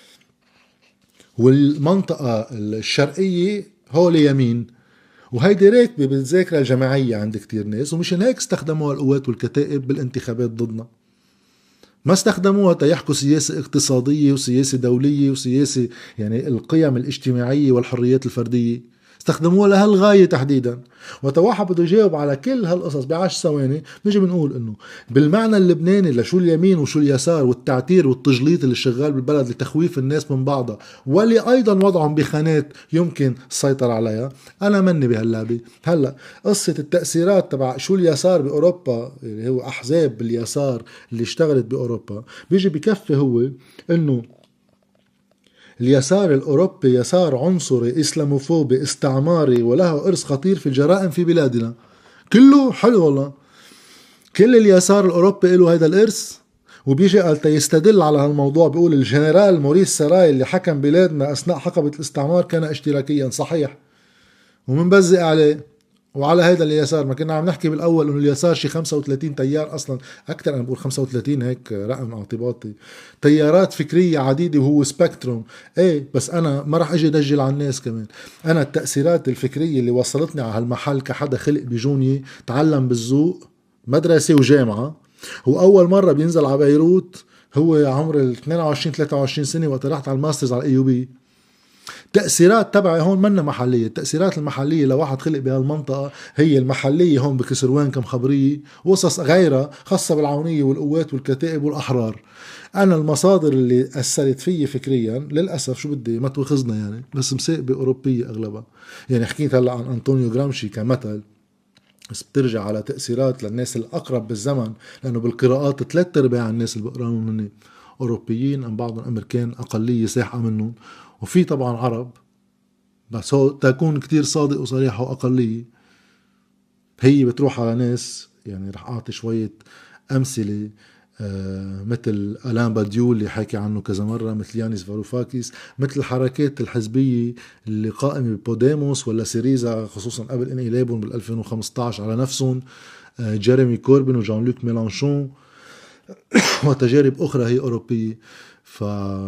والمنطقة الشرقية هول يمين. وهيدي راتبة بالذاكرة الجماعية عند كتير ناس، ومشان هيك استخدموها القوات والكتائب بالانتخابات ضدنا. ما استخدموها تيحكوا سياسة اقتصادية وسياسة دولية وسياسة يعني القيم الاجتماعية والحريات الفردية، استخدموها لهالغاية تحديدا. وتواحد بده يجاوب على كل هالقصص ب10 ثواني. نجي بنقول انه بالمعنى اللبناني لشو اليمين وشو اليسار والتعتير والتجليط اللي شغال بالبلد لتخويف الناس من بعضها، واللي ايضا وضعهم بخانات يمكن السيطرة عليها، انا مني بهاللعبة. هلا قصة التأثيرات تبع شو اليسار باوروبا، اللي هو احزاب اليسار اللي اشتغلت باوروبا، بيجي بكفي هو انه اليسار الأوروبي يسار عنصري إسلاموفوبي استعماري وله إرث خطير في الجرائم في بلادنا. كله حلو والله. كل اليسار الأوروبي له هذا الإرث. وبيجي قال يستدل على هالموضوع، بيقول الجنرال موريس سراي اللي حكم بلادنا أثناء حقبة الاستعمار كان اشتراكيا. صحيح، ومنبزق عليه. وعلى هيدا اليسار ما كنا عم نحكي بالاول انه اليسار شي 35 تيار اصلا، اكثر، انا بقول 35 هيك رقم اعتباطي، تيارات فكريه عديده وهو سبيكتروم. ايه بس انا ما راح اجي دجل على الناس كمان. انا التاثيرات الفكريه اللي وصلتني على هالمحل كحدا خلق بجوني، تعلم بالذوق، مدرسه وجامعه، هو اول مره بينزل على بيروت هو عمر ال 22 23 سنه وقت رحت على الماسترز على الاي يو بي. تأثيرات تبعي هون منا محلية. التأثيرات المحلية لواحد خلق بهالمنطقة هي المحلية هون بكسروان كم خبرية، وقصص غيرها خاصة بالعونية والقوات والكتائب والأحرار. أنا المصادر اللي أثرت فيي فكريا للأسف شو بدي ما تواخذنا يعني، بس مساقبة أوروبية أغلبها. يعني حكيت هلا عن أنطونيو جرامشي كمثل، بس بترجع على تأثيرات للناس الأقرب بالزمن، لأنه بالقراءات 3/4 الناس اللي بقراهم هن أوروبيين، أم بعضهم أمريكان أقلية ساحقة منهم، وفي طبعا عرب، بس هو تكون كتير صادق وصريح وأقلية. هي بتروح على ناس يعني رح أعطي شوية أمثلة، مثل ألان باديو اللي حكي عنه كذا مرة، مثل يانيس فاروفاكيس، مثل الحركات الحزبية اللي قائمة ببوديموس ولا سيريزا، خصوصا قبل انقلابهم بال 2015 على نفسهم، جيريمي كوربين وجان لوك ميلانشون وتجارب أخرى هي أوروبية. ف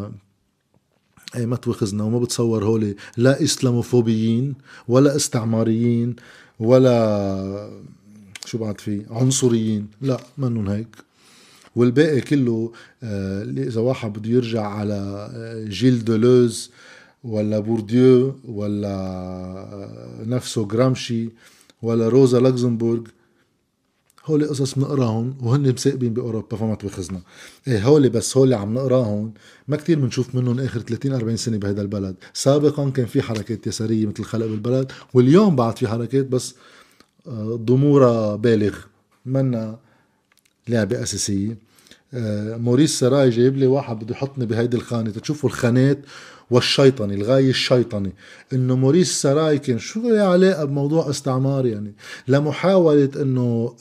اي ما توخزنا، وما بتصور هولي لا اسلاموفوبيين ولا استعماريين ولا شو بعد في عنصريين، لا منن هيك. والباقي كله اذا واحد بده يرجع على جيل دولوز ولا بورديو ولا نفسه جرامشي ولا روزا لوكسمبورغ، هولي قصص بنقراهم وهن مساقبين باوروبا، فما تواخذنا. ايه هولي بس هولي عم نقراهم، ما كتير بنشوف منهم اخر 30-40 سنه بهذا البلد. سابقا كان في حركات يساريه مثل خلق بالبلد، واليوم بعد في حركات بس ضمورها بالغ، منا لعبة أساسية. موريس سراي جايب لي واحد بده يحطني بهيدي الخانة تشوفوا الخانات والشيطني الغاية الشيطني انه موريس سراي كان شو له علاقة بموضوع استعمار يعني لمحاولة انه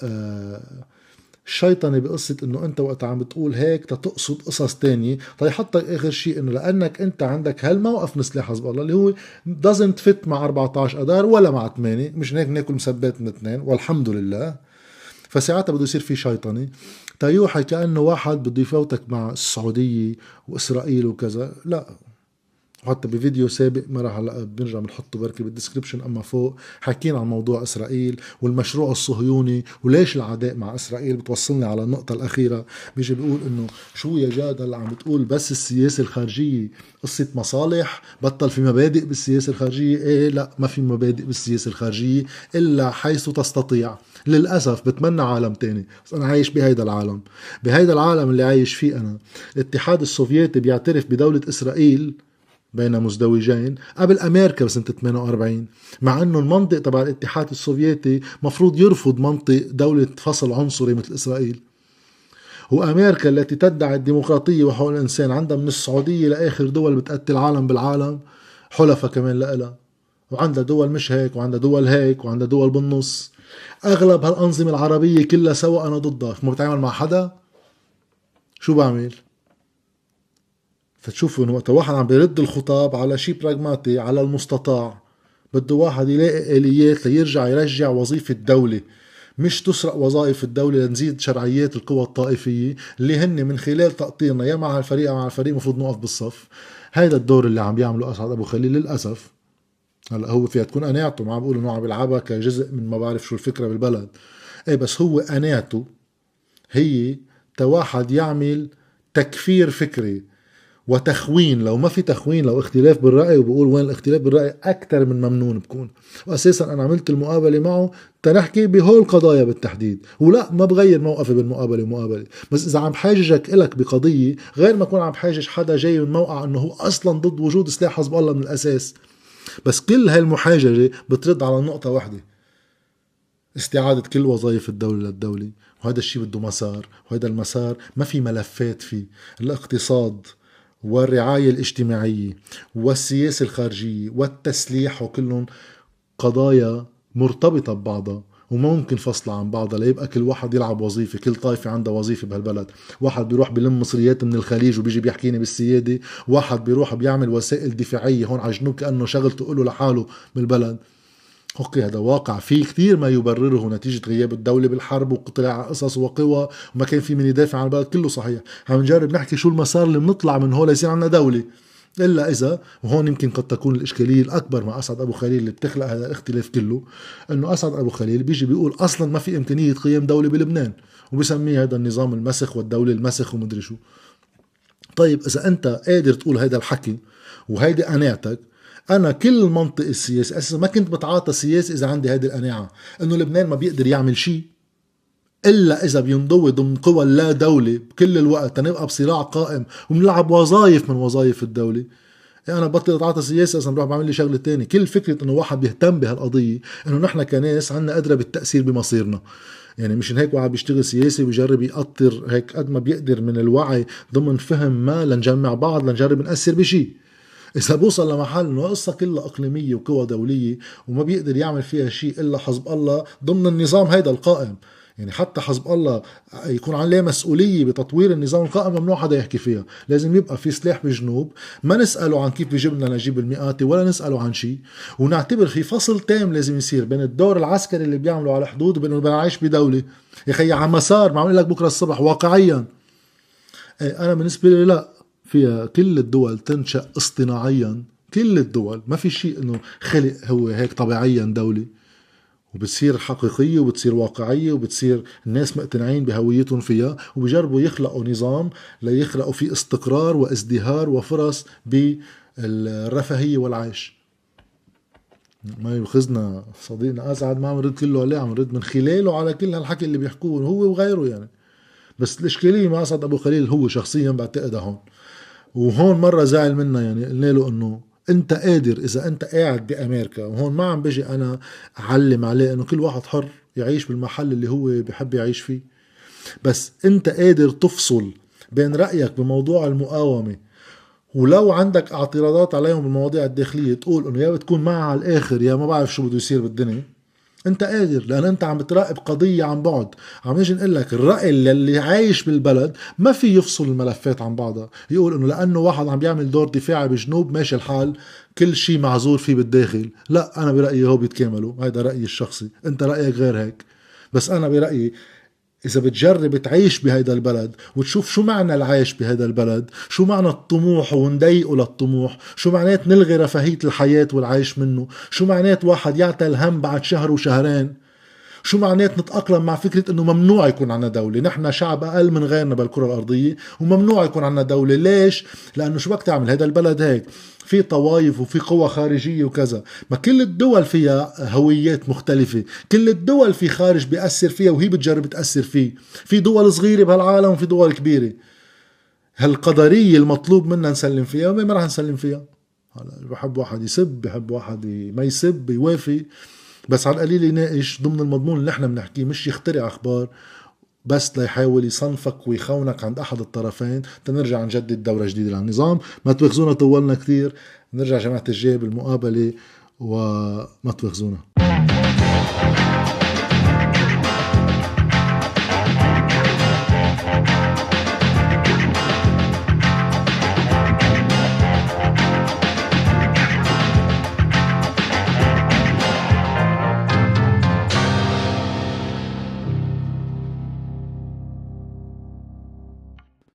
الشيطنة بقصة انه انت وقت عم بتقول هيك تقصد قصص تانية تيحطك اخر شيء انه لانك انت عندك هالموقف من سلاح حزب الله اللي هو doesn't fit مع 14 اذار ولا مع 8 مش هيك ناكل مسبات من 2 والحمد لله. فساعتها بده يصير في شيطنة تيوحي كأنه واحد بده يفوتك مع السعودية وإسرائيل وكذا. لا، حتى بفيديو سابق ما راح هلا بنرجع بنحطه بركي بالدسكريبشن اما فوق حكينا عن موضوع اسرائيل والمشروع الصهيوني وليش العداء مع اسرائيل. بتوصلني على النقطة الاخيرة بيجي بيقول انه شو يا جاد هلا عم بتقول بس السياسة الخارجية قصة مصالح بطل في مبادئ بالسياسة الخارجية. ايه لا ما في مبادئ بالسياسة الخارجية الا حيث تستطيع. للأسف بتمنى عالم تاني بس أنا عايش بهيدا العالم. بهيدا العالم اللي عايش فيه أنا الاتحاد السوفيتي بيعترف بدولة إسرائيل بين مزدوجين قبل أمريكا بسنة 48 مع أنه المنطق تبع الاتحاد السوفيتي مفروض يرفض منطق دولة فصل عنصري مثل إسرائيل. وأمريكا التي تدعي الديمقراطية وحقوق الإنسان عندها من السعودية لآخر دول بتقتل العالم بالعالم حلفة كمان لها. وعندها دول مش هيك وعندها دول هيك وعندها دول بالنص. أغلب هالأنظمة العربية كلها سوا أنا ضدها. ما بتعامل مع حدا شو بعمل؟ فتشوفوا انه وقت واحد عم بيرد الخطاب على شيء براغماتي على المستطاع بده واحد يلاقي آليات يرجع وظيفة الدولة مش تسرق وظائف الدولة لنزيد شرعيات القوى الطائفية اللي هن من خلال تقطيرنا يا مع الفريق أو مع الفريق مفروض نوقف بالصف. هيدا الدور اللي عم بيعمله أسعد أبو خليل للأسف. هلا هو فيها تكون قناعته ما عم بقول انه عم بيلعبها كجزء من ما بعرف شو الفكرة بالبلد. ايه بس هو قناعته هي تواحد يعمل تكفير فكري وتخوين. لو ما في تخوين لو اختلاف بالرأي وبقول وين الاختلاف بالرأي أكثر من ممنون بكون. وأساسا أنا عملت المقابلة معه تنحكي بهول القضايا بالتحديد ولا ما بغير موقفي بالمقابلة ومقابلة. بس إذا عم بحاججك إلك بقضية غير ما أكون عم بحاجج حدا جاي من موقع أنه هو أصلا ضد وجود سلاح حزب الله من الأساس. بس كل هاي المحاججة بترد على نقطة واحدة استعادة كل وظائف الدولة للدولة. وهذا الشيء بده مسار وهذا المسار ما في ملفات فيه. الاقتصاد والرعاية الاجتماعية والسياسة الخارجية والتسليح وكلهم قضايا مرتبطة ببعضها وما ممكن فصلها عن بعضها ليبقى كل واحد يلعب وظيفة. كل طائفة عندها وظيفة بهالبلد. واحد بيروح بلم مصريات من الخليج وبيجي بيحكيني بالسيادة. واحد بيروح بيعمل وسائل دفاعية هون عجنوك كأنه شغلته له لحاله بالبلد. اوكي هذا واقع في كثير ما يبرره نتيجة غياب الدولة بالحرب وقطع قصص وقوى وما كان في من يدافع عن البلد كله صحيح. عم نجرب نحكي شو المسار اللي بنطلع من هون ليصير عندنا دولة. إلا إذا وهون يمكن قد تكون الإشكالية الأكبر مع أسعد أبو خليل اللي بتخلق هذا الاختلاف كله إنه أسعد أبو خليل بيجي بيقول أصلا ما في إمكانية قيام دولة بلبنان وبسميه هذا النظام المسخ والدولة المسخ ومدري شو. طيب إذا أنت قادر تقول هذا الحكي وهيدي قناعتك انا كل المنطق السياسي اساسا ما كنت بتعاطى سياسي اذا عندي هذه القناعه انه لبنان ما بيقدر يعمل شيء الا اذا بينضوي ضمن قوى لا دوله بكل الوقت تنبقى بصراع قائم وبنلعب وظائف من وظائف الدوله. يعني انا بطل اتعاطى سياسي اصلا بروح بعمل لي شغله تاني. كل فكره انه واحد بيهتم بهالقضيه انه نحن كناس عنا قدره بالتاثير بمصيرنا. يعني مشان هيك واحد بيشتغل سياسي وبيجرب يقطر هيك قد ما بيقدر من الوعي ضمن فهم ما لنجمع بعض لنجرب نأثر بشيء. إذا بوصل لمحل إنه قصة كلها إقليمية وقوى دولية وما بيقدر يعمل فيها شيء إلا حزب الله ضمن النظام هيدا القائم. يعني حتى حزب الله يكون عليه مسؤولية بتطوير النظام القائم ممنوع حدا يحكي فيها. لازم يبقى في سلاح بالجنوب ما نسأله عن كيف بيجيب لنا نجيب المئاتي ولا نسأله عن شيء. ونعتبر في فصل تام لازم يصير بين الدور العسكري اللي بيعمله على الحدود وبين بدنا نعيش بدولة. يا خي على مسار ما عم لك بكرة الصبح واقعيا. أنا بالنسبة لي لا فيها كل الدول تنشأ اصطناعيا. كل الدول ما في شيء انه خلق هو هيك طبيعيا دولة وبتصير حقيقية وبتصير واقعية وبتصير الناس مقتنعين بهويتهم فيها وبيجربوا يخلقوا نظام ليخلقوا فيه استقرار وازدهار وفرص بالرفاهية والعيش. ما يخزنا صديقنا أسعد ما عم نرد كله عليه عم نرد من خلاله على كل هالحكي اللي بيحكوه هو وغيره يعني. بس الإشكالية مع أسعد أبو خليل هو شخصيا بعتقدها هون. وهون مرة زعل منا يعني قلنا له انه انت قادر اذا انت قاعد بامريكا وهون ما عم بيجي انا اعلم عليه انه كل واحد حر يعيش بالمحل اللي هو بحب يعيش فيه. بس انت قادر تفصل بين رأيك بموضوع المقاومة، ولو عندك اعتراضات عليهم بالمواضيع الداخلية تقول انه يا بتكون معها على الاخر يا ما بعرف شو بده يصير بالدنيا. انت قادر، لان انت عم بتراقب قضية عن بعد. عم نيجي نقول لك الرأي اللي عايش بالبلد ما في يفصل الملفات عن بعضها، يقول انه لانه واحد عم بيعمل دور دفاعي بجنوب ماشي الحال كل شيء معذور فيه بالداخل. لا، انا برأيي هو بيتكاملوا، هذا رأيي الشخصي، انت رأيك غير هيك. بس انا برأيي إذا بتجرب تعيش بهيدا البلد وتشوف شو معنى العيش بهيدا البلد، شو معنى الطموح ونضيقه للطموح، شو معنات نلغي رفاهية الحياة والعيش منه، شو معنات واحد يعتل هم بعد شهر وشهرين، شو معنات نتأقلم مع فكرة انه ممنوع يكون عنا دولة. نحن شعب اقل من غيرنا بالكرة الارضية وممنوع يكون عنا دولة. ليش؟ لانه شو بدك تعمل؟ هيدا البلد هيك في طوائف وفي قوى خارجية وكذا. ما كل الدول فيها هويات مختلفة، كل الدول في خارج بيأثر فيها وهي بتجرب تأثر فيه. في دول صغيرة بهالعالم وفي دول كبيرة. هالقدرية المطلوب منا نسلم فيها وما رح نسلم فيها. هلا بحب واحد يسب، بحب واحد ما يسب، يوافي، بس على القليل يناقش ضمن المضمون اللي نحن بنحكيه، مش يخترع اخبار بس ليحاول يصنفك ويخونك عند احد الطرفين تنرجع نجدد دورة جديدة للنظام. ما تواخذونا طولنا كثير، نرجع جماعة الجاي بالمقابلة وما تواخذونا.